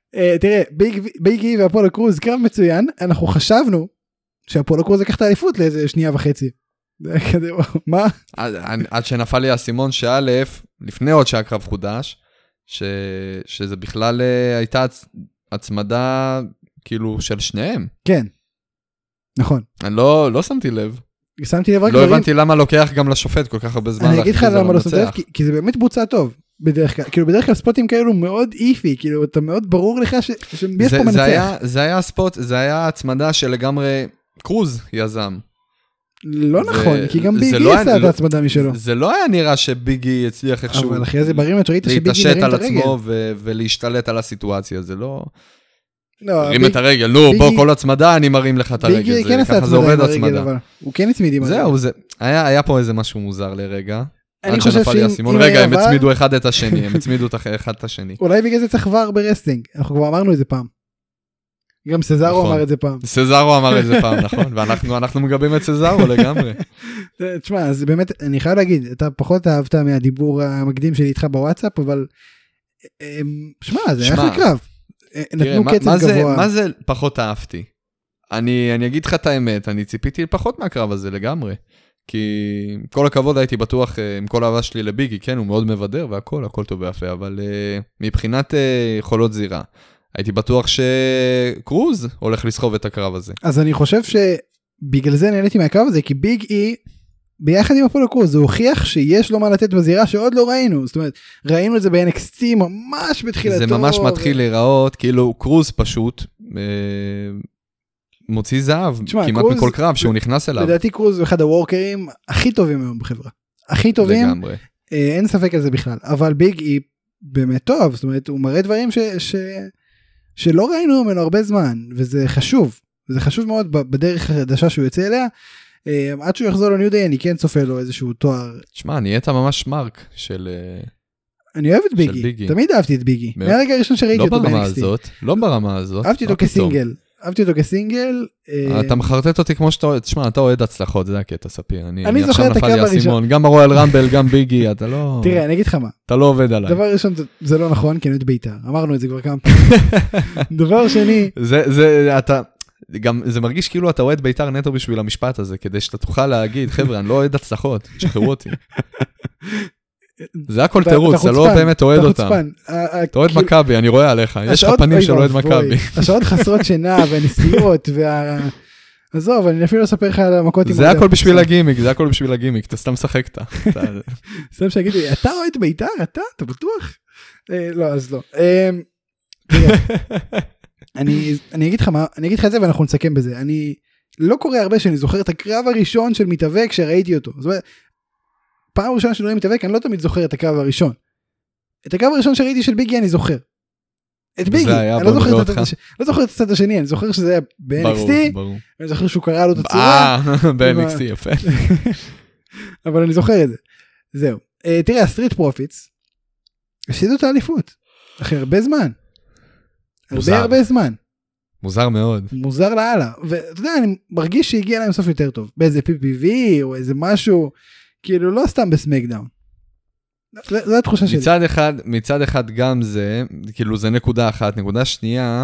תראה, ביג אי ואפולו קרוז קרב מצוין, אנחנו חשבנו שאפולו קרוז לקח את האליפות לאיזה שנייה וחצי. מה? עד שנפל לי הסימון שא' לפני עוד שהקרב חודש, שזה בכלל הייתה הצמדה כאילו של שניהם. כן, נכון. אני לא שמתי לב. שמתי לב רק לא הבנתי למה לוקח גם לשופט כל כך הרבה זמן. אני אגיד לך למה לא שמתי לב, כי זה באמת בוצע טוב. בדרך כלל, כאילו בדרך כלל ספוטים כאלו מאוד איפי, כאילו אתה מאוד ברור לך שיש פה מנצח. זה היה ספוט, זה היה הצמדה שלגמרי קרוז יזם. לא נכון, כי גם ביגי עשה את ההצמדה משלו. זה לא היה נראה שביגי הצליח איכשהו אבל אחרי זה ברימת שראית שביגי להתעשת על עצמו ולהשתלט על הסיטואציה, זה לא... מרים את הרגל, בוא כל הצמדה אני מרים לך את הרגל. ביגי כן עשה הצמדה עם הרגל, אבל הוא כן הצמיד עם הרגל. זהו, היה פה איזה משהו מוזר לרגע. אני חושב רגע, הם הצמידו אחד את השני, הם הצמידו אחד את השני. אולי בגלל זה צריך כבר ברסטינג, אנחנו כבר אמרנו את זה פעם. גם סזארו אמר את זה פעם. סזארו אמר את זה פעם, נכון, ואנחנו מגבים את סזארו לגמרי. תשמע, אז באמת, אני חייב להגיד, אתה פחות אהבת מהדיבור המקדים שלי איתך בוואטסאפ, אבל, שמע, זה היה אחלה קרב. נתנו קצב גבוה. מה זה פחות אהבתי? אני אגיד לך את האמת, אני ציפיתי פחות מהקרב הזה לגמרי. כי כל הכבוד הייתי בטוח עם כל האהבה שלי לביגי, כן, הוא מאוד מבדר והכל, הכל טוב ויפה, אבל מבחינת יכולות זירה, הייתי בטוח שקרוז הולך לסחוב את הקרב הזה. אז אני חושב שבגלל זה נהניתי מהקרב הזה, כי ביג אי, ביחד עם אפולו קרוז, זה הוכיח שיש לו מה לתת בזירה שעוד לא ראינו, זאת אומרת, ראינו את זה ב-NXT ממש בתחילתו. זה ממש מתחיל להיראות, כאילו קרוז פשוט, מוציא זהב, כמעט מכל קרב שהוא נכנס אליו. לדעתי קרוז הוא אחד הוורקרים הכי טובים היום בחברה. הכי טובים, לגמרי. אין ספק על זה בכלל, אבל ביג אי באמת טוב, זאת אומרת, הוא מראה דברים שלא ראינו ממנו הרבה זמן, וזה חשוב, וזה חשוב מאוד בדרך החדשה שהוא יוצא אליה, עד שהוא יחזור לניו דיי, אני כן צופה לו איזשהו תואר. תשמע, נהיית ממש מרק של... אני אוהב את ביגי, תמיד אהבתי את ביגי, מהרגע הראשון שראיתי אותו ב-NXT. לא ברמה הזאת. אהבתי אותו כסינגל. אתה מחרטט אותי כמו שאתה אוהד, תשמע, אתה אוהד הצלחות, זה הקטע, ספיר. אני זוכר את הקרב הראשון. גם הרואל רמבל, גם ביגי, אתה לא... תראה, אני אגיד לך מה. אתה לא עובד עליי. דבר ראשון, זה לא נכון, כי אני אוהד בית"ר. אמרנו את זה כבר כמה פעמים. דבר שני... זה מרגיש כאילו אתה אוהד בית"ר נטו בשביל המשפט הזה, כדי שאתה תוכל להגיד, חבר'ה, אני לא אוהד הצלחות, תשחררו אותי. זה הכל תירוץ, אתה לא באמת אוהד אותם. אתה אוהד מכבי, אני רואה עליך, יש לך פנים של אוהד מכבי. השעות חסרות שינה והנסיעות עזוב, אני אפילו לא אספר לך על המכות. זה הכל בשביל הגימיק, אתה סתם שחקת. סתם שיגידו, אתה אוהד בית"ר? אתה בטוח? לא, אז לא. אני אגיד לך את זה ואנחנו נסכם בזה. אני לא קורא הרבה שאני זוכר את הקרב הראשון של מתאבק שראיתי אותו. זאת אומרת, פעם ראשונה שאני רואה מתאבק, אני לא תמיד זוכר את הקרב הראשון. את הקרב הראשון שראיתי של ביגי אני זוכר. את ביגי, אני לא זוכר את הצד השני, אני זוכר שזה היה ב-NXT, אני זוכר שהוא קרא לו את הצורה. ב-NXT, יפה. אבל אני זוכר את זה. זהו. תראה, הסטריט פרופיטס, הפסידו את האליפות. אחרי הרבה זמן. הרבה זמן. מוזר מאוד. מוזר לאללה. ואתה יודע, אני מרגיש שהגיע להם סוף יותר טוב. באיזה PPV או איזה משהו, כאילו לא סתם בסמקדאון. זו התחושה שלי. מצד אחד גם זה, כאילו זה נקודה אחת. נקודה שנייה,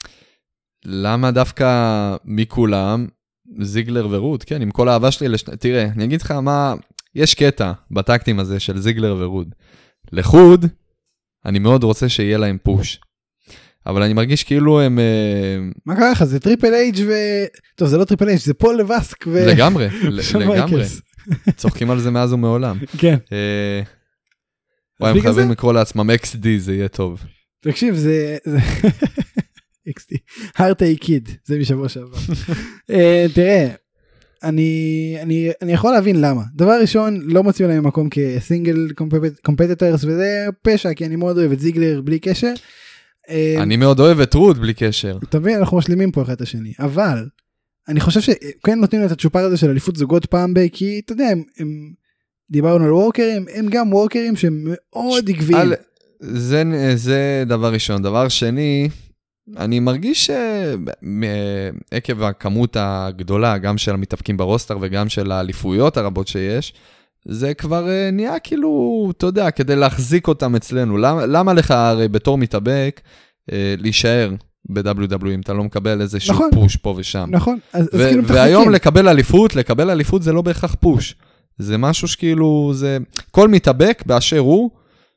למה דווקא מכולם, זיגלר ורוד, כן, עם כל האהבה שלי, תראה, אני אגיד לך מה, יש קטע בטקטים הזה של זיגלר ורוד. לחוד, אני מאוד רוצה שיהיה להם פוש. אבל אני מרגיש כאילו הם... מה קרה לך? זה טריפל אייג' טוב, זה לא טריפל אייג', זה פול לבסק לגמרי, לגמרי. צוחקים על זה מאז ומעולם. כן. וואי, הם חייבים לקרוא לעצמם XD, זה יהיה טוב. תקשיב, זה... XD. הרטי קיד, זה משבוע שעבר. תראה, אני יכול להבין למה. דבר ראשון, לא מוצאים להם מקום כסינגל קומפטיטורס, וזה פשע, כי אני מאוד אוהב את זיגלר בלי קשר. אני מאוד אוהב את רוד בלי קשר. אתה מבין, אנחנו משלימים פה אחד את השני, אבל אני חושב שכן נותנים לו את הצ'ופר הזה של אליפות זוגות פעם בי, כי אתה יודע, הם דיברנו על וורקרים, הם גם וורקרים שהם מאוד עקביים. זה דבר ראשון. דבר שני, אני מרגיש שעקב הכמות הגדולה, גם של המתאבקים ברוסטר וגם של האליפויות הרבות שיש, זה כבר נהיה כאילו, אתה יודע, כדי להחזיק אותם אצלנו. למה לך הרי בתור מתאבק, להישאר ב-WWE, אם אתה לא מקבל איזשהו נכון. פוש פה ושם. נכון. והיום לקבל אליפות זה לא בהכרח פוש. זה משהו שכאילו, זה כל מתאבק באשר הוא,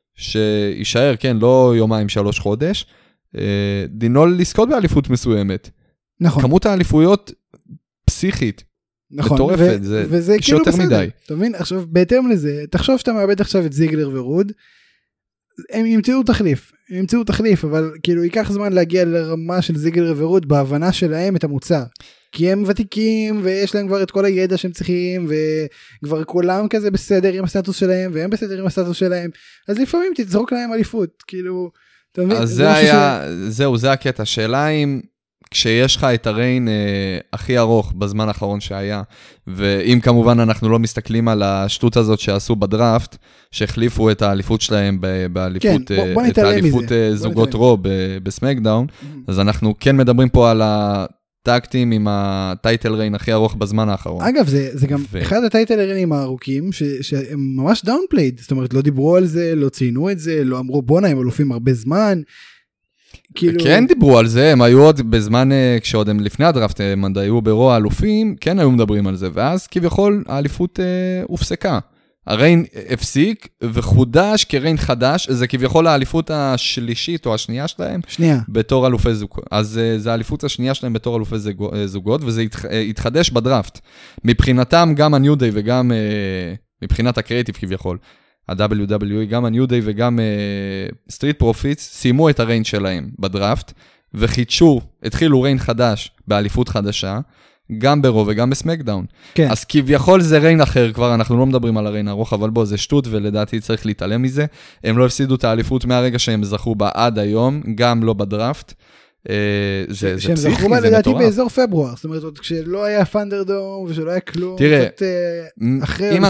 שישאר, כן, לא יומיים 3 חודש, דינו לזכות באליפות מסוימת. נכון. כמות האליפויות פסיכית. נכון. מטורפת, זה כאילו יותר בסדר. מדי. אתה מבין? עכשיו, בהתאם לזה, תחשוב שאתה מאבד עכשיו את זיגלר ורוד, הם ימצאו תחליף, אבל כאילו ייקח זמן להגיע לרמה של זיגלר ורוד, בהבנה שלהם את המוצר. כי הם ותיקים, ויש להם כבר את כל הידע שהם צריכים, וכבר כולם כזה בסדר עם הסטטוס שלהם, והם בסדר עם הסטטוס שלהם, אז לפעמים תזרוק להם אליפות, כאילו, אתה מבין? אז זה הקטע, שאלה אם כשיש לך את הריין הכי ארוך בזמן האחרון שהיה, ואם כמובן אנחנו לא מסתכלים על השטות הזאת שעשו בדראפט, שהחליפו את האליפות שלהם באליפות, את האליפות זוגות רו בסמקדאון, אז אנחנו כן מדברים פה על הטקטים עם הטייטל ריין הכי ארוך בזמן האחרון. אגב, זה גם אחד הטייטל ריינים הארוכים, שהם ממש דאונפלייד, זאת אומרת, לא דיברו על זה, לא ציינו את זה, לא אמרו בונה, הם אלופים הרבה זמן, כאילו... כן דיברו על זה, הם היו עוד בזמן, כשעוד הם לפני הדראפט, הם היו ברוע האלופים, כן היו מדברים על זה, ואז כביכול האליפות הופסקה. הריין הפסיק וחודש כריין חדש, זה כביכול האליפות השלישית או השנייה שלהם. שנייה. בתור אלופי זוגות. אז זה האליפות השנייה שלהם בתור אלופי זוגות, וזה התחדש בדראפט. מבחינתם גם ה-New Day וגם, מבחינת הקריאטיב כביכול, ה-WWE, גם ה-New Day וגם Street Profits, סיימו את הריין שלהם בדראפט, וחידשו, התחילו ריין חדש באליפות חדשה, גם ברו וגם בסמקדאון. כן. אז כביכול זה ריין אחר כבר, אנחנו לא מדברים על הריין ארוך, אבל בוא, זה שטות, ולדעתי צריך להתעלם מזה. הם לא הפסידו את האליפות מהרגע שהם זכו בה עד היום, גם לא בדראפט. זה פסיכי, זה מטורף. שהם זכו בה לדעתי באזור פברואר, זאת אומרת, עוד כשלא היה פנדרדום, ושלא היה כלום. תראה, אם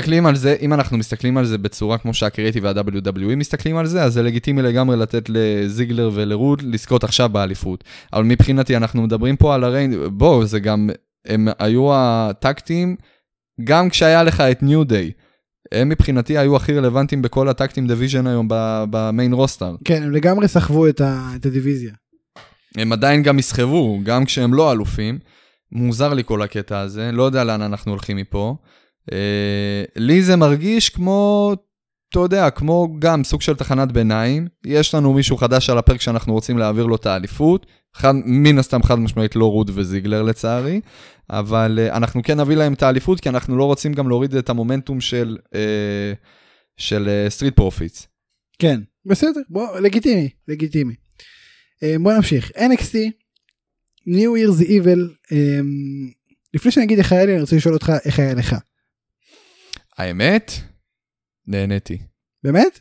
אנחנו מסתכלים על זה בצורה כמו שהקריאטיב וה-WWE מסתכלים על זה, אז זה לגיטימי לגמרי לתת לזיגלר ולרוד לזכות עכשיו באליפות. אבל מבחינתי אנחנו מדברים פה על הריין, בוא, זה גם, הם היו הטקטים, גם כשהיה לך את ניו דיי, הם מבחינתי היו הכי רלוונטיים בכל הטקטים דיוויז'ן היום במיין רוסטר. כן, הם לגמרי סחבו את הדיוויזיה. הם עדיין גם יסחבו, גם כשהם לא אלופים. מוזר לי כל הקטע הזה, לא יודע לאן אנחנו הולכים מפה. לי זה מרגיש כמו, אתה יודע, כמו גם סוג של תחנת ביניים. יש לנו מישהו חדש על הפרק שאנחנו רוצים להעביר לו את האליפות. מן הסתם חד משמעית לא רוד וזיגלר לצערי. אבל אנחנו כן נביא להם את האליפות, כי אנחנו לא רוצים גם להוריד את המומנטום של סטריט פרופיטס. כן, בסדר, בוא, לגיטימי. בוא נמשיך. NXT, New Year's Evil, לפני שאני אגיד איך היה לי, אני רוצה לשאול אותך איך היה לך. האמת? נהניתי. באמת?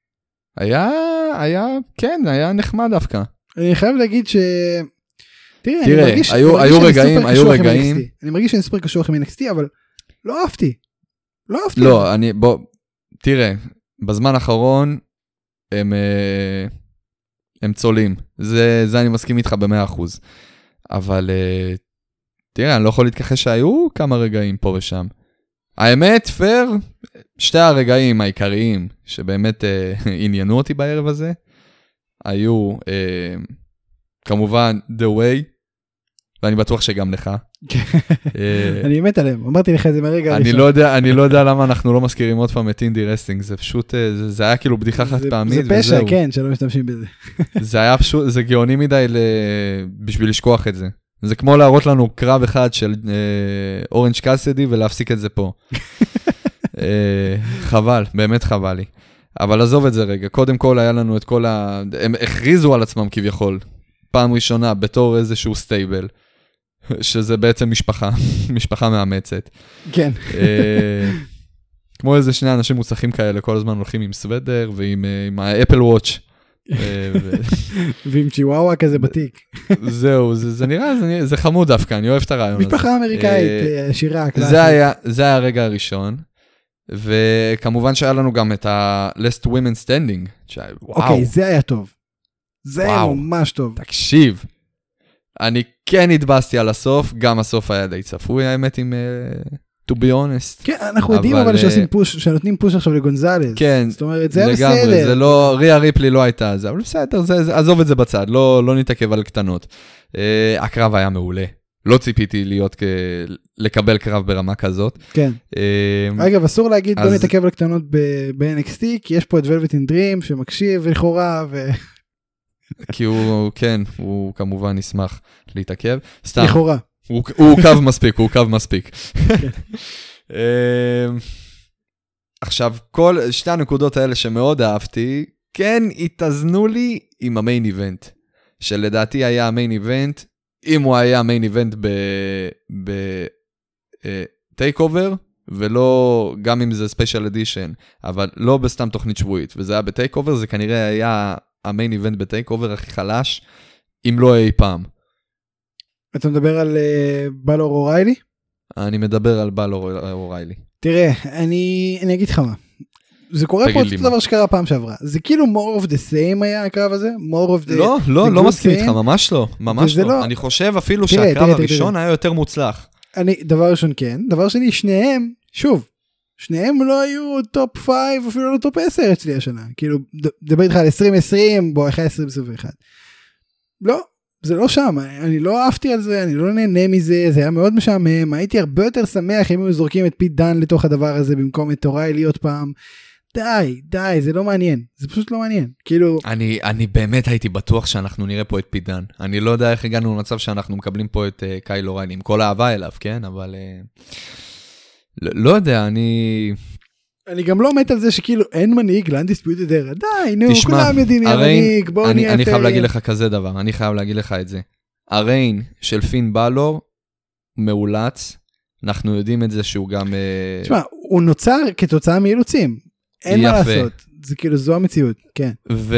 כן, היה נחמד דווקא. אני חייב להגיד תראה, היו רגעים. אני מרגיש שאני סופר קשוח עם NXT, אבל לא אהבתי. לא, תראה, בזמן האחרון, הם צולים. זה אני מסכים איתך ב100%. אבל, תראה, אני לא יכול להתכחש שהיו כמה רגעים פה ושם. האמת, פייר, שתי הרגעים העיקריים שבאמת עניינו אותי בערב הזה, היו, כמובן, The Way, ואני בטוח שגם לך. אני מת עליהם, אמרתי לך את זה מהרגע הראשון. אני לא יודע למה אנחנו לא מזכירים עוד פעם את אינדי רסטינג, זה פשוט, זה היה כאילו בדיחה חד פעמית. זה פשע, כן, שלא משתמשים בזה. זה היה פשוט, זה גאוני מדי בשביל לשכוח את זה. זה כמו להראות לנו קרב אחד של אורנג' קאסדי ולהפסיק את זה פה. חבל, באמת חבל לי. אבל עזוב את זה רגע, קודם כל היה לנו את כל הם הכריזו על עצמם כביכול, פעם ראשונה בתור איזשהו סטייבל. שזה בעצם משפחה מאמצת. כן. כמו איזה שני אנשים מוצחים כאלה, כל הזמן הולכים עם סוודר ועם האפל וואץ'. ועם צ'יוואווה כזה בתיק. זהו, זה נראה, זה חמוד דווקא, אני אוהב את הרעיון הזה. משפחה אמריקאית, שירה, קלאסית. זה היה הרגע הראשון, וכמובן שהיה לנו גם את ה-Last Women Standing. אוקיי, זה היה טוב. זה היה ממש טוב. תקשיב. אני כן התבאסתי על הסוף, גם הסוף היה די צפוי, האמת, עם to be honest. כן, אנחנו יודעים אבל שעושים פוש, שנותנים פוש עכשיו לגונזלס. כן, זאת אומרת, זה לגמרי, בסדר. זה לא, ריה ריפלי לא הייתה זה, אבל בסדר, עזוב את זה בצד, לא נתעכב על קטנות. הקרב היה מעולה. לא ציפיתי לקבל קרב ברמה כזאת. כן. אגב, אסור להגיד לא נתעכב על קטנות ב-NXT, כי יש פה את Velvet in Dream שמקשיב לכאורה כי הוא, כן, הוא כמובן ישמח להתעכב. סתם. לכאורה. הוא קו מספיק. עכשיו, כל שתי הנקודות האלה שמאוד אהבתי, כן התאזנו לי עם המיין איבנט, שלדעתי היה המיין איבנט, אם הוא היה מיין איבנט בטייק אובר, ולא, גם אם זה ספיישל אדישן, אבל לא בסתם תוכנית שבועית, וזה היה בטייק אובר, זה כנראה היה המיין איבנט בטייק אובר הכי חלש, אם לא אי פעם. אתה מדבר על בלור אוריילי? אני מדבר על בלור אוריילי. תראה, אני אגיד לך מה. זה קורה פה אותו דבר שקרה פעם שעברה. זה כאילו more of the same היה הקרב הזה? לא מסכים איתך, ממש לא. ממש לא. אני חושב אפילו שהקרב הראשון היה יותר מוצלח. דבר ראשון כן. דבר שני, שניהם, שוב, שניהם לא היו טופ 5, אפילו לא טופ 10 אצלי השנה. כאילו, דבר איתך על 2020, בוא, 2021. לא. זה לא שם, אני לא אהבתי על זה, אני לא נהנה מזה, זה היה מאוד משעמם, הייתי הרבה יותר שמח אם היו זורקים את פיט דן לתוך הדבר הזה, במקום את אוריילי עוד פעם, די, זה לא מעניין, זה פשוט לא מעניין, כאילו... אני באמת הייתי בטוח שאנחנו נראה פה את פיט דן, אני לא יודע איך הגענו למצב שאנחנו מקבלים פה את קייל אוריילי, עם כל האהבה אליו, כן, אבל... לא יודע, אני גם לא מת על זה שכאילו אין מנהיג לאנדיספיוטד ארה, די, נו, כולם יודעים מי המנהיג, בואו נהיה... אני חייב להגיד לך כזה דבר, אני חייב להגיד לך את זה. הריין של פין בלור מאולץ, אנחנו יודעים את זה שהוא גם... תשמע, הוא נוצר כתוצאה מאילוצים, אין מה לעשות, זה כאילו זו המציאות, כן.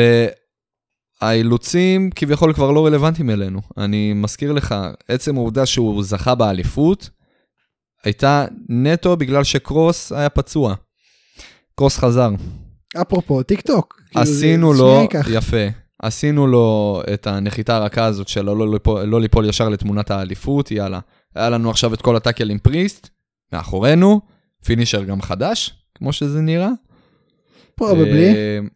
והאילוצים כביכול כבר לא רלוונטיים אלינו, אני מזכיר לך, עצם העובדה שהוא זכה באליפות, הייתה נטו בגלל שקרוס היה פצוע. קרוס חזר. אפרופו, טיק טוק. עשינו לו, יפה, עשינו לו את הנחיתה הרכה הזאת של לא ליפול ישר לתמונת האליפות, יאללה. היה לנו עכשיו את כל הטאקל עם פריסט, מאחורינו, פינישר גם חדש, כמו שזה נראה. פרובבלי.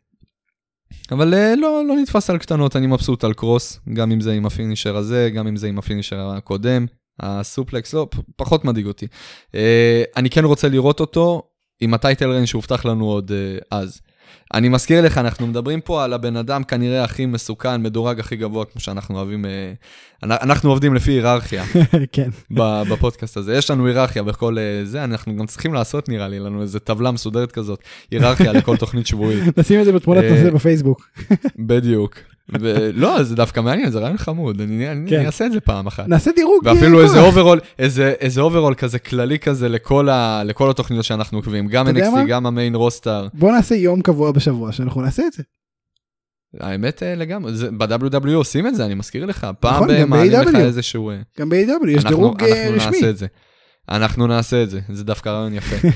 אבל לא נתפס על קטנות, אני מבסוט על קרוס, גם אם זה עם הפינישר הזה, גם אם זה עם הפינישר הקודם. הסופלקס, לא, פחות מדאיג אותי. אני כן רוצה לראות אותו עם הטייטל ריין שהובטח לנו עוד אז. אני מזכיר לך, אנחנו מדברים פה על הבן אדם כנראה הכי מסוכן, מדורג הכי גבוה, כמו שאנחנו אוהבים, אנחנו עובדים לפי היררכיה. כן. בפודקאסט הזה. יש לנו היררכיה בכל זה, אנחנו גם צריכים לעשות נראה לי, לנו איזו טבלה מסודרת כזאת, היררכיה לכל תוכנית שבועית. נשים את זה בתמונת נושא בפייסבוק. בדיוק. לא, זה דווקא מעניין, זה רעיון חמוד, אני אעשה את זה פעם אחת. נעשה דירוג. ואפילו איזה אוברול כזה כללי כזה לכל התוכניות שאנחנו עוקבים, גם NXT, גם המיין רוסטר. בוא נעשה יום קבוע בשבוע שאנחנו נעשה את זה. האמת לגמרי, ב-WWE עושים את זה, אני מזכיר לך, פעם במעלים לך איזשהו... גם ב-AW, יש דירוג רשמי. אנחנו נעשה את זה, זה דווקא רעיון יפה.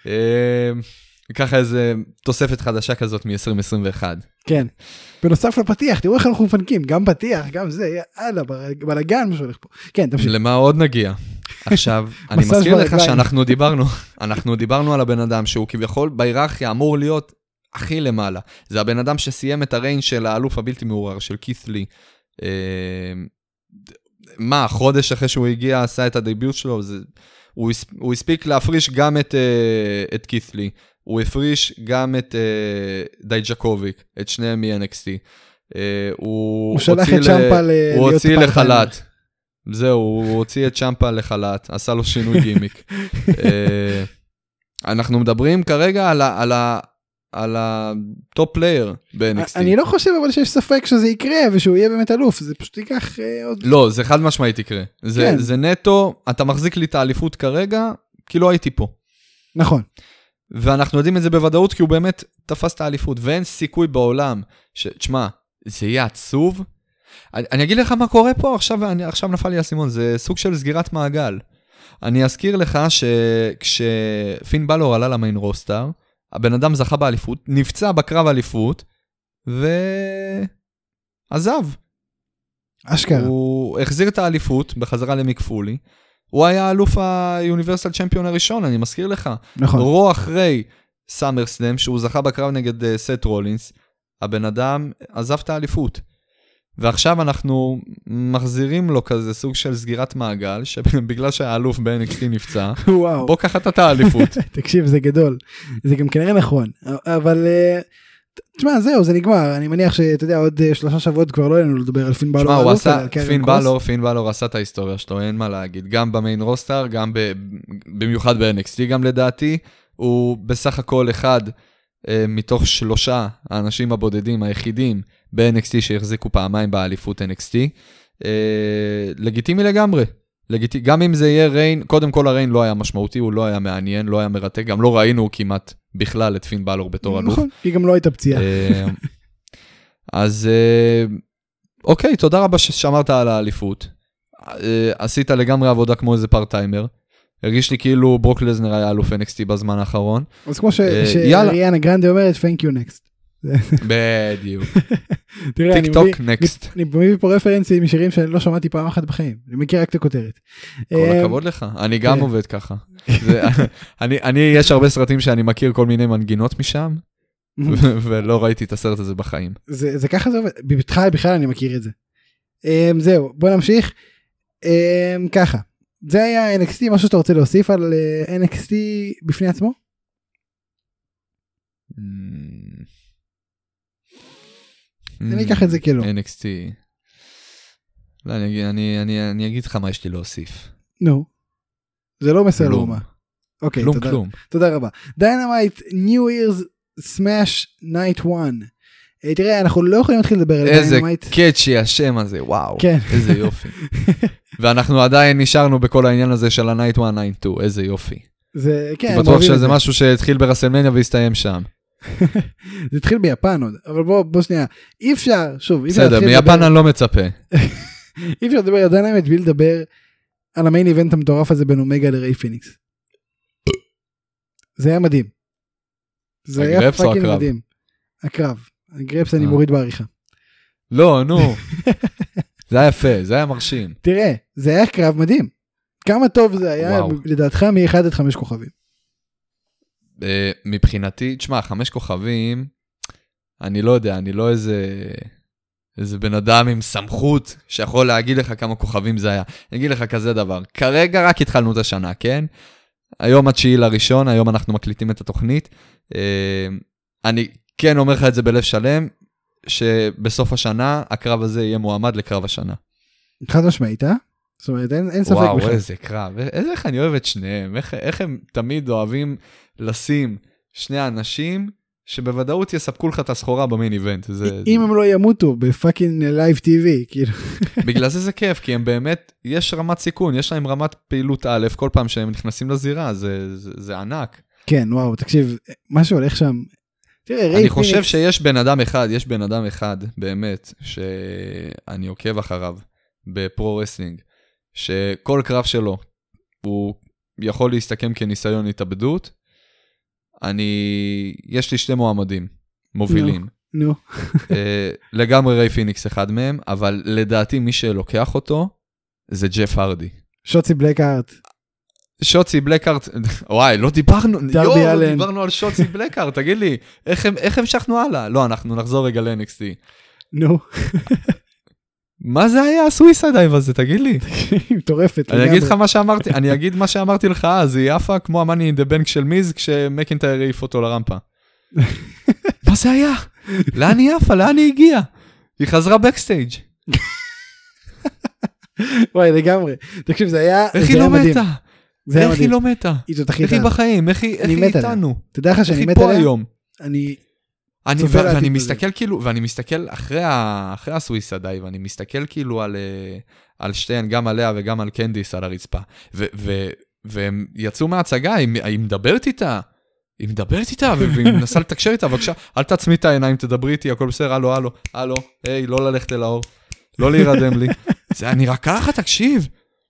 ככה איזה תוספת חדשה כזאת מ-2021. כן. בנוסף לפתיח, תראו איך אנחנו מפנקים, גם פתיח, גם זה, יאללה, בלגן, מה שהולך פה. כן, תמשיך. למה עוד נגיע? עכשיו, אני מזכיר לך שאנחנו דיברנו על הבן אדם, שהוא כביכול בהיררכיה אמור להיות הכי למעלה. זה הבן אדם שסיים את הריין של האלוף הבלתי מעורר, של קית'לי. חודש אחרי שהוא הגיע, עשה את הדביוט שלו, הוא הספיק להפריש גם את קית'לי. הוא הפריש גם את דייג'קוביק, את שניהם מ-NXT. הוא שלח את צ'מפה הוא הוציא לחל"ת. זהו, הוא הוציא את צ'מפה לחל"ת, עשה לו שינוי גימיק. אנחנו מדברים כרגע על הטופ פלייר ב-NXT. אני לא חושב אבל שיש ספק שזה יקרה, ושהוא יהיה באמת אלוף, זה פשוט ייקח עוד... לא, זה חד משמעית יקרה. זה נטו, אתה מחזיק לי את האליפות כרגע, כי לא הייתי פה. נכון. ואנחנו יודעים את זה בוודאות, כי הוא באמת תפס את האליפות, ואין סיכוי בעולם, תשמע, זה יהיה עצוב. אני אגיד לך מה קורה פה, עכשיו נפל לי הסימון, זה סוג של סגירת מעגל. אני אזכיר לך שכשפין בלור עלה למיין רוסטר, הבן אדם זכה באליפות, נפצע בקרב האליפות, ועזב. אשכרה. הוא החזיר את האליפות בחזרה למיק פולי, הוא היה אלוף היוניברסל צ'מפיון הראשון, אני מזכיר לך. נכון. רו אחרי סאמר סלאם, שהוא זכה בקרב נגד סט רולינס, הבן אדם עזב את האליפות. ועכשיו אנחנו מחזירים לו כזה סוג של סגירת מעגל, שבגלל שהאלוף ב-NXT נפצע, בוא קח את האליפות. תקשיב, זה גדול. זה גם כנראה נכון. אבל, תשמע, זהו, זה נגמר. אני מניח שאתה יודע, עוד 3 שבועות כבר לא יהיה לנו לדבר על פין בלור. תשמע, הוא עשה, פין בלור עשה את ההיסטוריה שלו, אין מה להגיד. גם במיין רוסטר, גם במיוחד ב-NXT גם לדעתי, הוא בסך הכל אחד מתוך 3 האנשים הבודדים, היחידים, ב-NXT שהחזיקו פעמיים באליפות NXT. לגיטימי לגמרי. גם אם זה יהיה ריין, קודם כל הריין לא היה משמעותי, הוא לא היה מעניין, לא היה מרתק, גם לא ראינו כמעט בכלל את פין בלור בתור אלוף. נכון, היא גם לא הייתה פציעה. אז אוקיי, תודה רבה ששמרת על האליפות. עשית לגמרי עבודה כמו איזה פארט-טיימר. הרגיש לי כאילו ברוק לזנר היה אלוף NXT בזמן האחרון. אז כמו שריאנה גרנדה אומרת, thank you next. בדיוק. טיק טוק נקסט. אני מביא פה רפרנסים משירים שאני לא שמעתי פעם אחת בחיים. אני מכיר רק את הכותרת. כל הכבוד לך. אני גם עובד ככה. יש הרבה סרטים שאני מכיר כל מיני מנגינות משם, ולא ראיתי את הסרט הזה בחיים. זה ככה זה עובד. בכלל אני מכיר את זה. זהו, בוא נמשיך. ככה. זה היה NXT, משהו שאתה רוצה להוסיף על NXT בפני עצמו? אני אקח את זה כאילו. NXT. לא, אני אגיד לך מה יש לי להוסיף. נו. זה לא מסר לאומה. אוקיי, תודה רבה. דיינמייט, New Year's Smash Night 1. תראה, אנחנו לא יכולים להתחיל לדבר על דיינמייט. איזה קאצ'י השם הזה, וואו. כן. איזה יופי. ואנחנו עדיין נשארנו בכל העניין הזה של ה-Night 1, Night 2, איזה יופי. זה, כן. בטוח שזה משהו שהתחיל ברסלמניה והסתיים שם. זה התחיל ביפן עוד, אבל בוא שנייה, אי אפשר, שוב, בסדר, מיפן אני לא מצפה. אי אפשר לדבר על דיינמייט בלי לדבר על המיין איבנט המטורף הזה בין אומגה לריי פיניקס. זה היה מדהים. זה היה פאקינג מדהים. הקרב. הגרפס אני מוריד בעריכה. לא, נו. זה היה יפה, זה היה מרשים. תראה, זה היה קרב מדהים. כמה טוב זה היה, לדעתך, מ-1 עד 5 כוכבים. מבחינתי, תשמע, 5 כוכבים, אני לא יודע, אני לא איזה בן אדם עם סמכות שיכול להגיד לך כמה כוכבים זה היה. אני אגיד לך כזה דבר, כרגע רק התחלנו את השנה, כן? היום ה9 לראשון, היום אנחנו מקליטים את התוכנית. אני כן אומר לך את זה בלב שלם, שבסוף השנה, הקרב הזה יהיה מועמד לקרב השנה. חד משמעית, אה? זאת אומרת, אין ספק וואו, איזה קרב. איך אני אוהב את שניהם. איך הם תמיד אוהבים לשים שני אנשים שבוודאות יספקו לך את הסחורה במיין איבנט. אם הם לא ימותו בפאקינג לייב טיווי, כאילו. בגלל זה כיף, כי הם באמת, יש רמת סיכון, יש להם רמת פעילות א', כל פעם שהם נכנסים לזירה, זה ענק. כן, וואו, תקשיב, מה שהולך שם, אני חושב שיש בן אדם אחד, באמת, שאני עוקב אחריו בפרו רסלינג, שכל קרב שלו, הוא יכול להסתכם כניסיון התאבדות, יש לי 2 מועמדים, מובילים. נו. לגמרי ריי פיניקס אחד מהם, אבל לדעתי מי שלוקח אותו, זה ג'ף הרדי. שוצי בלקהארט. שוצי בלקהארט, וואי, לא דיברנו על שוצי בלקהארט, תגיד לי, איך המשכנו הלאה? לא, אנחנו נחזור רגע ל-NXT. נו. מה זה היה הסוויסייד דייב הזה, תגיד לי? מטורפת. אני אגיד לך מה שאמרתי, אני אגיד מה שאמרתי לך, אז היא יפה כמו המאני אין דה בנק של מיז, כשמקינטייר העיף אותו לרמפה. מה זה היה? לאן היא יפה? לאן היא הגיעה? היא חזרה בקסטייג'. וואי, לגמרי. תקשיב, זה היה מדהים. איך היא לא מתה? איך היא לא מתה? איך היא בחיים? איך היא איתנו? תדע לך שאני מת עליה? ואני מסתכל כאילו, ואני מסתכל אחרי הסוויסה די, ואני מסתכל כאילו על שתיהן, גם עליה וגם על קנדיס, על הרצפה. והם יצאו מההצגה, היא מדברת איתה, והיא מנסה לתקשר איתה, בבקשה, אל תעצמי את העיניים, תדברי איתי, הכל בסדר, הלו, היי, לא ללכת אל האור, לא להירדם לי. זה נראה ככה, תקשיב.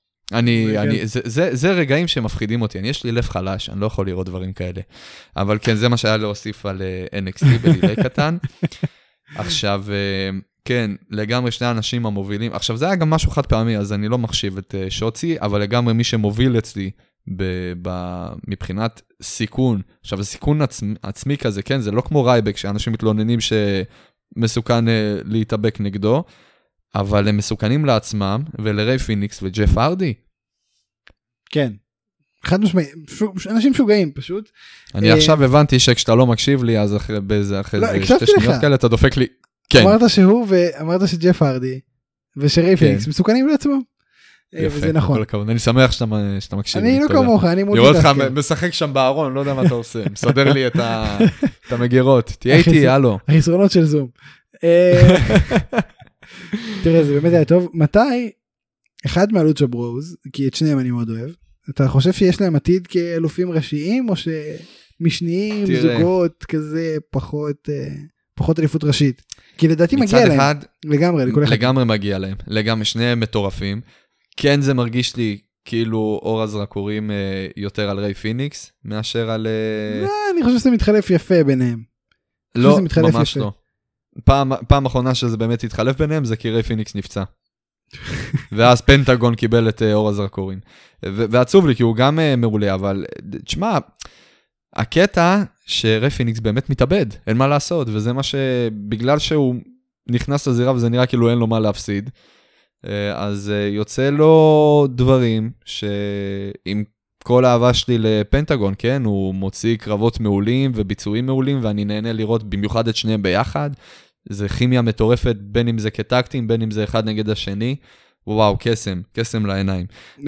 זה רגעים שמפחידים אותי, יש לי לב חלש, אני לא יכול לראות דברים כאלה. אבל כן, זה מה שהיה להוסיף על NXT בלילי קטן. עכשיו, כן, לגמרי שני האנשים המובילים. עכשיו, זה היה גם משהו חד פעמי, אז אני לא מחשיב את שוצי, אבל לגמרי מי שמוביל אצלי מבחינת סיכון. עכשיו, זה סיכון עצמי כזה, כן? זה לא כמו רייבק, שאנשים מתלוננים שמסוכן להתאבק נגדו, אבל הם מסוכנים לעצמם, ולריי פיניקס וג'ף הרדי. כן. חד משמעי, אנשים משוגעים פשוט. אני עכשיו הבנתי שכשאתה לא מקשיב לי, אז אחרי שתי שניות כאלה, אתה דופק לי. אמרת שהוא ואמרת שג'ף הרדי ושריי פיניקס מסוכנים לעצמו. וזה נכון. אני שמח שאתה מקשיב. אני לא כמוך, אני מודי לראות אותך משחק שם בארון, לא יודע מה אתה עושה. מסדר לי את המגירות. תהיה איתי, הלו. החסרונות של זום. תראה, זה באמת היה טוב. מתי אחד מהלוצ'ה ברוז, כי את שניהם אני מאוד אוהב, אתה חושב שיש להם עתיד כאלופים ראשיים, או שמשניים, זוגות, כזה פחות אליפות ראשית? כי לדעתי מגיע להם. לגמרי, לכל אחד. לגמרי מגיע להם. לגמרי, שניהם מטורפים. כן, זה מרגיש לי כאילו אור הזרקורים יותר על ריי פיניקס, מאשר על... לא, אני חושב שזה מתחלף יפה ביניהם. לא, ממש לא. פעם אחרונה שזה באמת התחלף ביניהם, זה כי ריי פיניקס נפצע. ואז פנטגון קיבל את אור הזרקורים. ועצוב לי, כי הוא גם מעולה, אבל תשמע, הקטע שריי פיניקס באמת מתאבד, אין מה לעשות, וזה מה שבגלל שהוא נכנס לזירה, וזה נראה כאילו אין לו מה להפסיד, אז יוצא לו דברים שעם כל האהבה שלי לפנטגון, כן, הוא מוציא קרבות מעולים וביצועים מעולים, ואני נהנה לראות במיוחד את שניהם ביחד, זה כימיה מטורפת, בין אם זה כטקטים, בין אם זה אחד נגד השני, וואו, קסם לעיניים.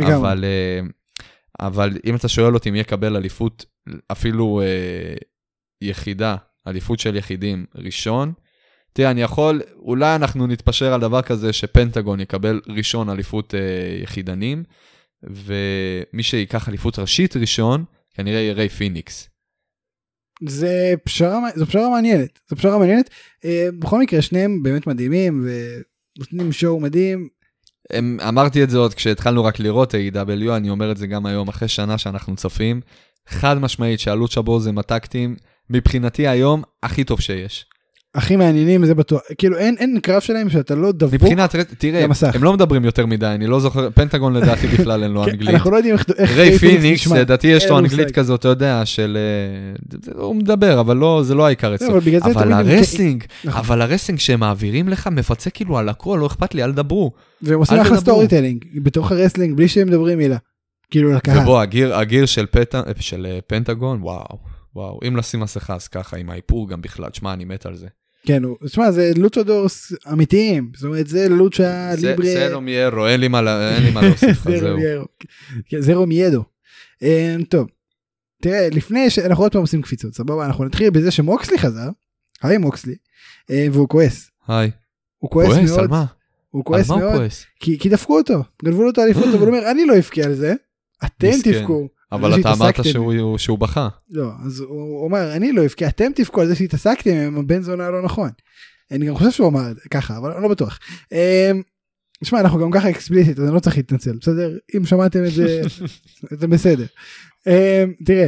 אבל אם אתה שואל אותי אם יקבל אליפות, אפילו יחידה, אליפות של יחידים ראשון, תראה, אני יכול, אולי אנחנו נתפשר על דבר כזה שפנטגון יקבל ראשון אליפות יחידנים, ומי שיקח אליפות ראשית ראשון, כנראה יהיה ריי פיניקס. זו פשרה מעניינת. בכל מקרה, שניהם באמת מדהימים, ונותנים שואו מדהים. אמרתי את זה עוד כשהתחלנו רק לראות AEW, אני אומר את זה גם היום, אחרי שנה שאנחנו צופים, חד משמעית שהלוצ'ה ברוז הם הטקטים, מבחינתי היום הכי טוב שיש. הכי מעניינים, זה בטוח. כאילו, אין קרב שלהם שאתה לא דבוק מבחינת, תראה, הם לא מדברים יותר מדי, אני לא זוכר, פנטגון לדעתי בכלל אין לו אנגלית. אנחנו לא יודעים איך ריי פיניקס, לדעתי יש לו אנגלית כזאת, אתה יודע, של... הוא מדבר, אבל זה לא העיקר אצלו. אבל הרסלינג שהם מעבירים לך, מפצה כאילו על הכל, לא אכפת לי, אל דברו. והם עושים לך סטורי טלינג, בתוך הרסלינג, בלי שהם מדברים מילה. כאילו לקהל. ובוא, הגיר של פנטגון, וואו, אם לשים מסכה, אז ככה, עם האיפור גם בכלל, שמה, אני מת על זה. כן, תשמע, זה לוצ'דורס אמיתיים, זאת אומרת, זה לוצ'ה ליברה... זרו מיירו, אין לי מה להוסיף לך, זהו. זרו מיידו. טוב, תראה, לפני שאנחנו עוד פעם עושים קפיצות, סבבה, אנחנו נתחיל בזה שמוקסלי חזר, היי מוקסלי, והוא כועס. היי. הוא כועס מאוד. על מה? הוא כועס מאוד, כי דפקו אותו, גנבו לו את האליפות, אבל הוא אומר, אני לא אפקיע על זה, אתם תפקו. אבל אתה אמרת שהוא בכה. לא, אז הוא אומר, אני לא אפקיע, אתם תפקו על זה שהתעסקתם עם הבן זונה לא נכון. אני גם חושב שהוא אמר ככה, אבל אני לא בטוח. תשמע, אנחנו גם ככה אקספליסט, אז אני לא צריך להתנצל, בסדר? אם שמעתם את זה, זה בסדר. תראה,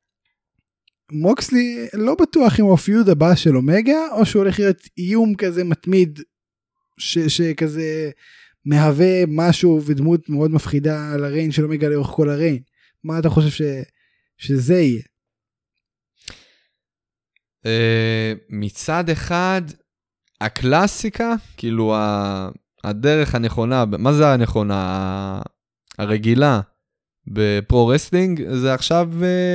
מוקסלי לא בטוח אם הוא הפיוד הבא של אומגה, או שהוא הולך להיות איום כזה מתמיד, שכזה מהווה משהו ודמות מאוד מפחידה על הריין של אומגה לאורך כל הריין. מה אתה חושב שזה יהיה? מצד אחד, הקלאסיקה, כאילו הדרך הנכונה, מה זה הנכונה? הרגילה בפרו-רסלינג, זה עכשיו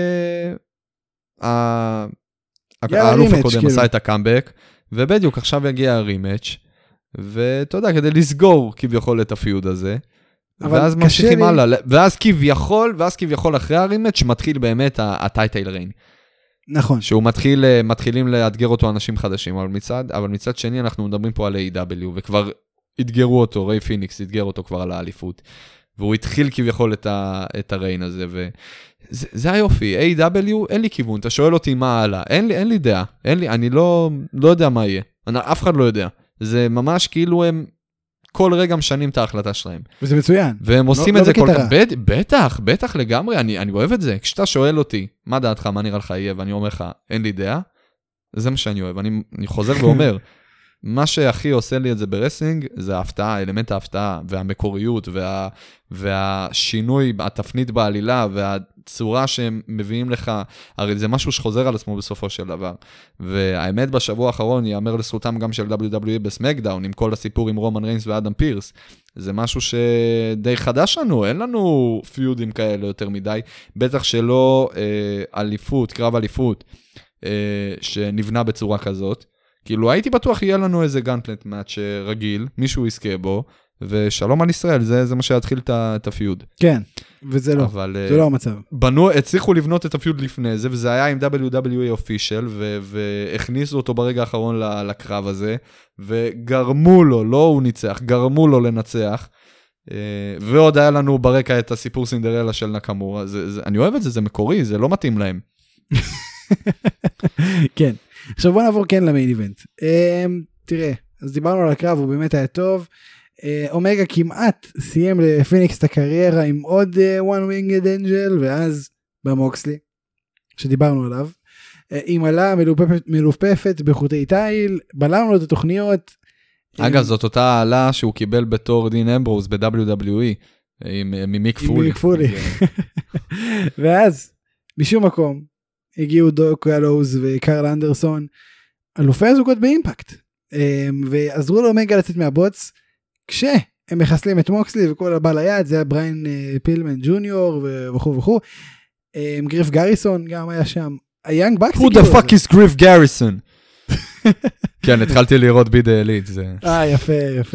האלוף הקודם עשה את הקאמבק, ובדיוק עכשיו יגיע הרימץ', ואתה יודע, כדי לסגור כביכול את הפיוד הזה, ואז ממשיכים הלאה, ואז כביכול אחרי הרימץ' מתחיל באמת הטייטל ריין. נכון. שהוא מתחילים לאתגר אותו אנשים חדשים, אבל מצד שני אנחנו מדברים פה על A.W. וכבר התגרו אותו, ריי פיניקס התגר אותו כבר על האליפות, והוא התחיל כביכול את הריין הזה, וזה היופי, A.W. אין לי כיוון, אתה שואל אותי מה הלאה, אין לי דעה, אני לא יודע מה יהיה, אף אחד לא יודע, זה ממש כאילו הם כל רגע משנים את ההחלטה שלהם. וזה מצוין. והם עושים את זה כל כך, בטח לגמרי, אני אוהב את זה. כשאתה שואל אותי, מה דעתך, מה נראה לך יהיה, ואני אומר לך, אין לי דעה, זה מה שאני אוהב. אני חוזר ואומר, מה שהכי עושה לי את זה ברסלינג, זה ההפתעה, אלמנט ההפתעה, והמקוריות, והשינוי, התפנית בעלילה, והצורה שהם מביאים לך, הרי זה משהו שחוזר על עצמו בסופו של דבר. והאמת בשבוע האחרון, יאמר לזכותם גם של WWE בסמקדאון, עם כל הסיפור עם רומן ריינס ואדם פירס, זה משהו שדי חדש לנו, אין לנו פיודים כאלה יותר מדי, בטח שלא אליפות, קרב אליפות, שנבנה בצורה כזאת. כאילו הייתי בטוח יהיה לנו איזה גאנטלט מאץ' רגיל, מישהו יזכה בו, ושלום על ישראל, זה מה שיתחיל את הפיוד. כן, וזה לא, זה לא המצב. הצליחו לבנות את הפיוד לפני זה, וזה היה עם WWE official, והכניסו אותו ברגע האחרון לקרב הזה, וגרמו לו, לא הוא ניצח, גרמו לו לנצח, ועוד היה לנו ברקע את הסיפור סינדרלה של נקמורה, אני אוהב את זה, זה מקורי, זה לא מתאים להם. כן. עכשיו בוא נעבור כן למיין איבנט. תראה, אז דיברנו על הקרב, הוא באמת היה טוב. אומגה כמעט סיים לפיניקס את הקריירה עם עוד one winged angel, ואז במוקסלי, שדיברנו עליו, עם עלה מלופפת בחוטי תיל, בלמנו את התוכניות. אגב, זאת אותה העלה שהוא קיבל בתור דין אמברוס ב-WWE, ממיק פולי. ואז, משום מקום, הגיעו דוק גלוז וקרל אנדרסון, אלופי הזוגות באימפקט, ועזרו לאומגה לצאת מהבוץ, כשהם מחסלים את מוקסלי וכל הבא ליד, זה היה בריין פילמן ג'וניור וכו' וכו', גריף גריסון גם היה שם, היאנג בקס Who the fuck is גריף גריסון? כן, התחלתי לראות בי דה אליט. יפה,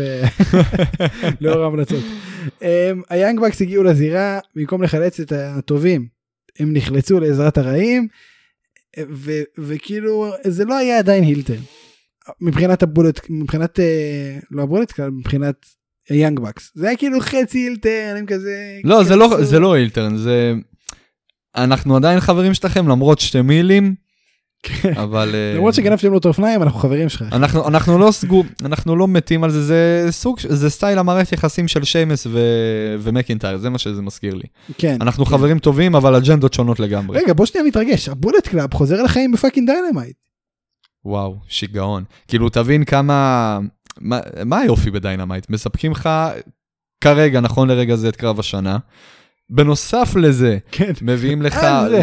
לאור המלצות. היאנג בקס הגיעו לזירה, במקום לחלץ את הטובים, הם נחלצו לעזרת הרעים, וכאילו, זה לא היה עדיין הילטרן. מבחינת הבולט, לא הבולט, מבחינת היאנג בקס. זה היה כאילו חצי הילטרן, הם כזה... לא, זה לא הילטרן, זה... אנחנו עדיין חברים שלכם, למרות שתי מילים, אבל... למרות שגנבתם לו טרפניים, אנחנו חברים שלך. אנחנו לא מתים על זה, זה סוג, זה סטייל המערכת יחסים של שיימס ומקינטייר, זה מה שזה מזכיר לי. כן. אנחנו חברים טובים, אבל אג'נדות שונות לגמרי. רגע, בוא שנייה מתרגש, הבולט קלאב חוזר לחיים בפאקינג דיינמייט. וואו, שיגעון. כאילו, תבין כמה... מה היופי בדיינמייט? מספקים לך כרגע, נכון לרגע זה, את קרב השנה. בנוסף לזה, מביאים לך...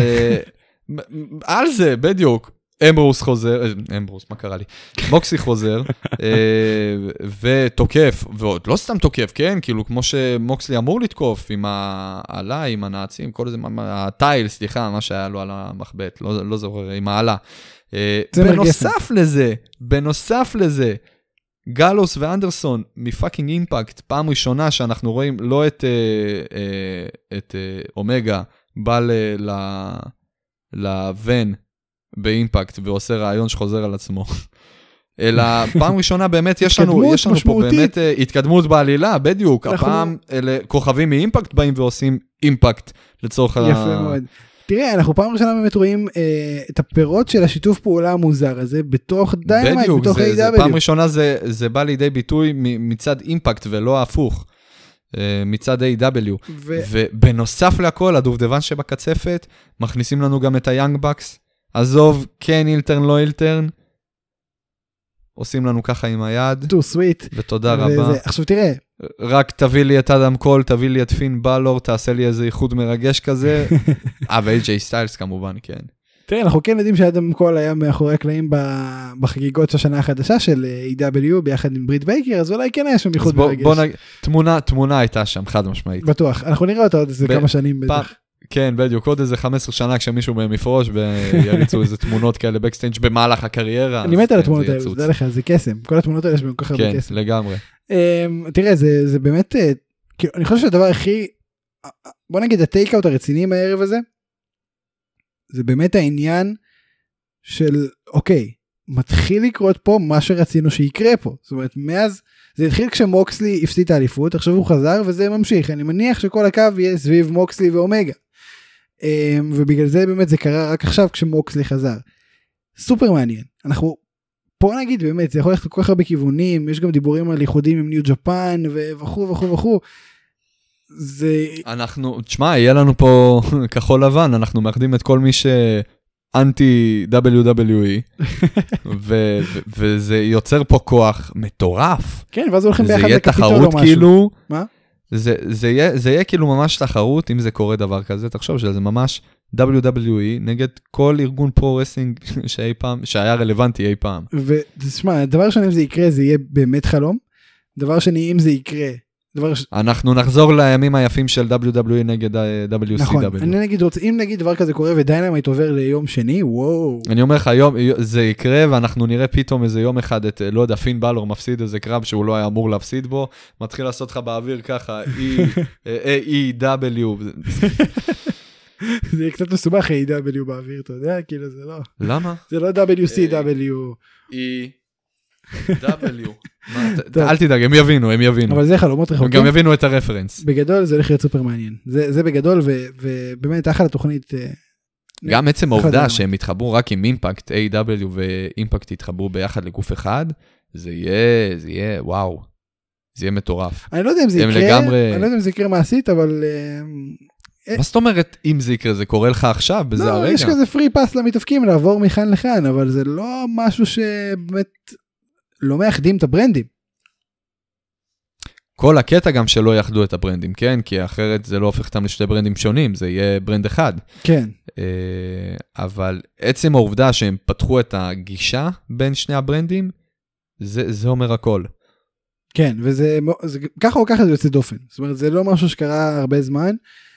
על זה, בדיוק. אמברוס חוזר, אמברוס, מה קרה לי? מוקסי חוזר, ותוקף, ועוד לא סתם תוקף, כן? כאילו, כמו שמוקסלי אמור לתקוף, עם העלה, עם הנעצים, כל זה, הטייל, סליחה, מה שהיה לו על המחבט, לא זוכר, עם העלה. בנוסף לזה, גלוס ואנדרסון מפאקינג אימפקט, פעם ראשונה שאנחנו רואים לא את אומגה בא לוון באימפקט ועושה רעיון שחוזר על עצמו. אלא פעם ראשונה באמת יש לנו פה באמת התקדמות בעלילה, בדיוק. הפעם אלה כוכבים מאימפקט באים ועושים אימפקט לצורך יפה מאוד. תראה, אנחנו פעם ראשונה באמת רואים את הפירות של השיתוף פעולה המוזר הזה בתוך דיינמייט, בתוך A.W. פעם ראשונה זה בא לידי ביטוי מצד אימפקט ולא הפוך, מצד A.W. ובנוסף להכל, הדובדבן שבקצפת, מכניסים לנו גם את היאנג בקס, עזוב, כן אילטרן, לא אילטרן, עושים לנו ככה עם היד. too sweet. ותודה רבה. עכשיו תראה. רק תביא לי את אדם קול, תביא לי את פין בלור, תעשה לי איזה איחוד מרגש כזה. ו-AJ סטיילס כמובן, כן. תראה, אנחנו כן יודעים שאדם קול היה מאחורי הקלעים בחגיגות של השנה החדשה של A.W. ביחד עם ברית בייקר, אז אולי כן היה שם איחוד מרגש. תמונה הייתה שם, חד משמעית. בטוח, אנחנו נראה אותה עוד איזה כמה שנים בטח. כן, בדיוק, עוד איזה 15 שנה כשמישהו מהם יפרוש ויריצו איזה תמונות כאלה בקסטיינג' במהלך הקריירה. אני מת על התמונות האלה, זה לך, זה קסם. כל התמונות האלה יש בהם כל כך הרבה קסם. כן, לגמרי. תראה, זה באמת, אני חושב שהדבר הכי, בוא נגיד, הטייק-אוט הרציני מהערב הזה, זה באמת העניין של, אוקיי, מתחיל לקרות פה מה שרצינו שיקרה פה. זאת אומרת, מאז, זה התחיל כשמוקסלי הפסיד את האליפות, עכשיו הוא חזר וזה ממשיך. אני מניח שכל הקו יהיה סביב מוקסלי ואומגה. ובגלל זה באמת זה קרה רק עכשיו כשמוקסלי חזר. סופר מעניין. אנחנו, פה נגיד באמת, זה יכול ללכת כל כך הרבה בכיוונים, יש גם דיבורים על ייחודים עם ניו ג'פן וכו' וכו' וכו'. זה... תשמע, יהיה לנו פה כחול לבן, אנחנו מאחדים את כל מי אנטי WWE, וזה יוצר פה כוח מטורף. כן, ואז הולכים ביחד זה יהיה לקפיטול או תחרות משהו. כאילו, מה? זה יהיה כאילו ממש תחרות, אם זה קורה דבר כזה, תחשוב שזה ממש WWE נגד כל ארגון פרו-רסלינג שהיה רלוונטי אי פעם. ותשמע, דבר ראשון אם זה יקרה, זה יהיה באמת חלום. דבר שני, אם זה יקרה, אנחנו נחזור לימים היפים של WWE נגד WCW. נכון, אם נגיד דבר כזה קורה ודיינמייט עובר ליום שני, וואו. אני אומר לך, זה יקרה ואנחנו נראה פתאום איזה יום אחד את, לא יודע, פין בלור מפסיד איזה קרב שהוא לא היה אמור להפסיד בו, מתחיל לעשות לך באוויר ככה, AEW. זה קצת מסובך AEW באוויר, אתה יודע, כאילו זה לא. למה? זה לא WCW. W. אל תדאג, הם יבינו. אבל זה חלומות רחוקים. הם גם יבינו את הרפרנס. בגדול זה הולך להיות סופר מעניין. זה בגדול, ובאמת אחלה תוכנית. גם עצם העובדה שהם התחברו רק עם אימפקט, A.W. ואימפקט התחברו ביחד לגוף אחד, זה יהיה, וואו. זה יהיה מטורף. אני לא יודע אם זה יקרה מעשית, אבל... מה זאת אומרת אם זה יקרה? זה קורה לך עכשיו, בזה הרגע? לא, יש כזה פרי פס למתאפקים לעבור מכאן לכאן, אבל זה לא משהו שבאמת לא מאחדים את הברנדים. כל הקטע גם שלא יאחדו את הברנדים, כן? כי אחרת זה לא הופך אותם לשתי ברנדים שונים, זה יהיה ברנד אחד. כן. אבל עצם העובדה שהם פתחו את הגישה בין שני הברנדים, זה אומר הכל. כן, וזה ככה או ככה זה יוצא דופן. זאת אומרת, זה לא משהו שקרה הרבה זמן,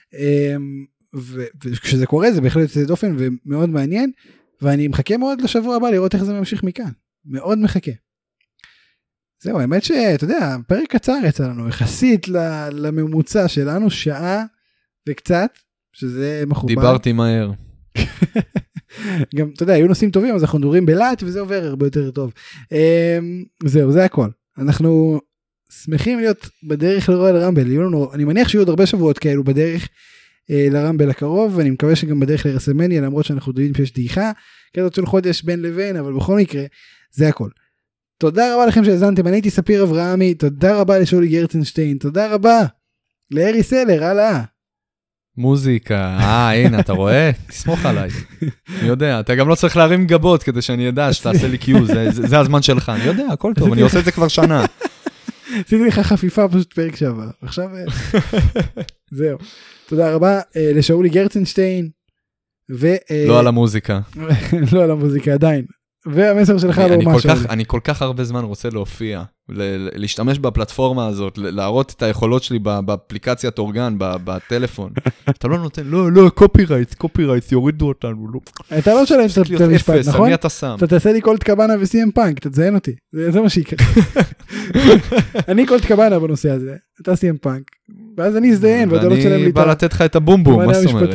וכשזה קורה זה בהחלט יוצא דופן ומאוד מעניין, ואני מחכה מאוד לשבוע הבא לראות איך זה ממשיך מכאן. מאוד מחכה. זהו, האמת שאתה יודע, פרק קצר יצא לנו, יחסית לממוצע שלנו, שעה וקצת, שזה מכובד. דיברתי מהר. גם, אתה יודע, היו נושאים טובים, אז אנחנו מדברים בלייט, וזה עובר הרבה יותר טוב. זהו, זה הכל. אנחנו שמחים להיות בדרך לרועל רמבל. אני מניח שיהיו עוד הרבה שבועות כאלו בדרך לרמבל הקרוב, ואני מקווה שגם בדרך לרסלמניה, למרות שאנחנו יודעים שיש דעיכה, כזאת של חודש בין לבין, אבל בכל מקרה, זה הכל. תודה רבה לכם שהזנתם, אני הייתי ספיר אברהמי, תודה רבה לשולי גרצנשטיין, תודה רבה לארי סלר, הלאה. מוזיקה, הנה, אתה רואה? תסמוך עליי. אני יודע, אתה גם לא צריך להרים גבות כדי שאני ידע שתעשה לי קיוז, זה הזמן שלך, אני יודע, הכל טוב, אני עושה את זה כבר שנה. עשיתי לך חפיפה פשוט פרק שעבר, עכשיו זהו. תודה רבה לשאולי גרצנשטיין, לא על המוזיקה. לא על המוזיקה, עדיין. והמסר שלך לא משהו. אני כל כך הרבה זמן רוצה להופיע, להשתמש בפלטפורמה הזאת, להראות את היכולות שלי באפליקציית אורגן, בטלפון. אתה לא נותן, לא, קופירייט, יורידו אותנו, לא. אתה לא שלם את המשפט, נכון? מי אתה שם? אתה תעשה לי קולט קבנה ו-CM פאנק, אתה תזיין אותי, זה מה שיקרה. אני קולט קבנה בנושא הזה, אתה CM פאנק, ואז אני אזדיין, ואתה לא תשלם לי ואני בא לתת לך את הבומבום, מה זאת אומרת?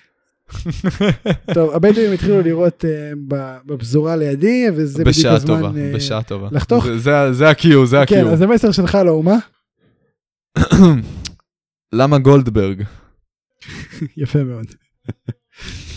טוב, הבדואים התחילו לראות בפזורה לידי, וזה בדיוק הזמן בשעה טובה. לחתוך. זה הקיו, זה הקיו. כן, אז המסר שלך לאומה? למה גולדברג? יפה מאוד.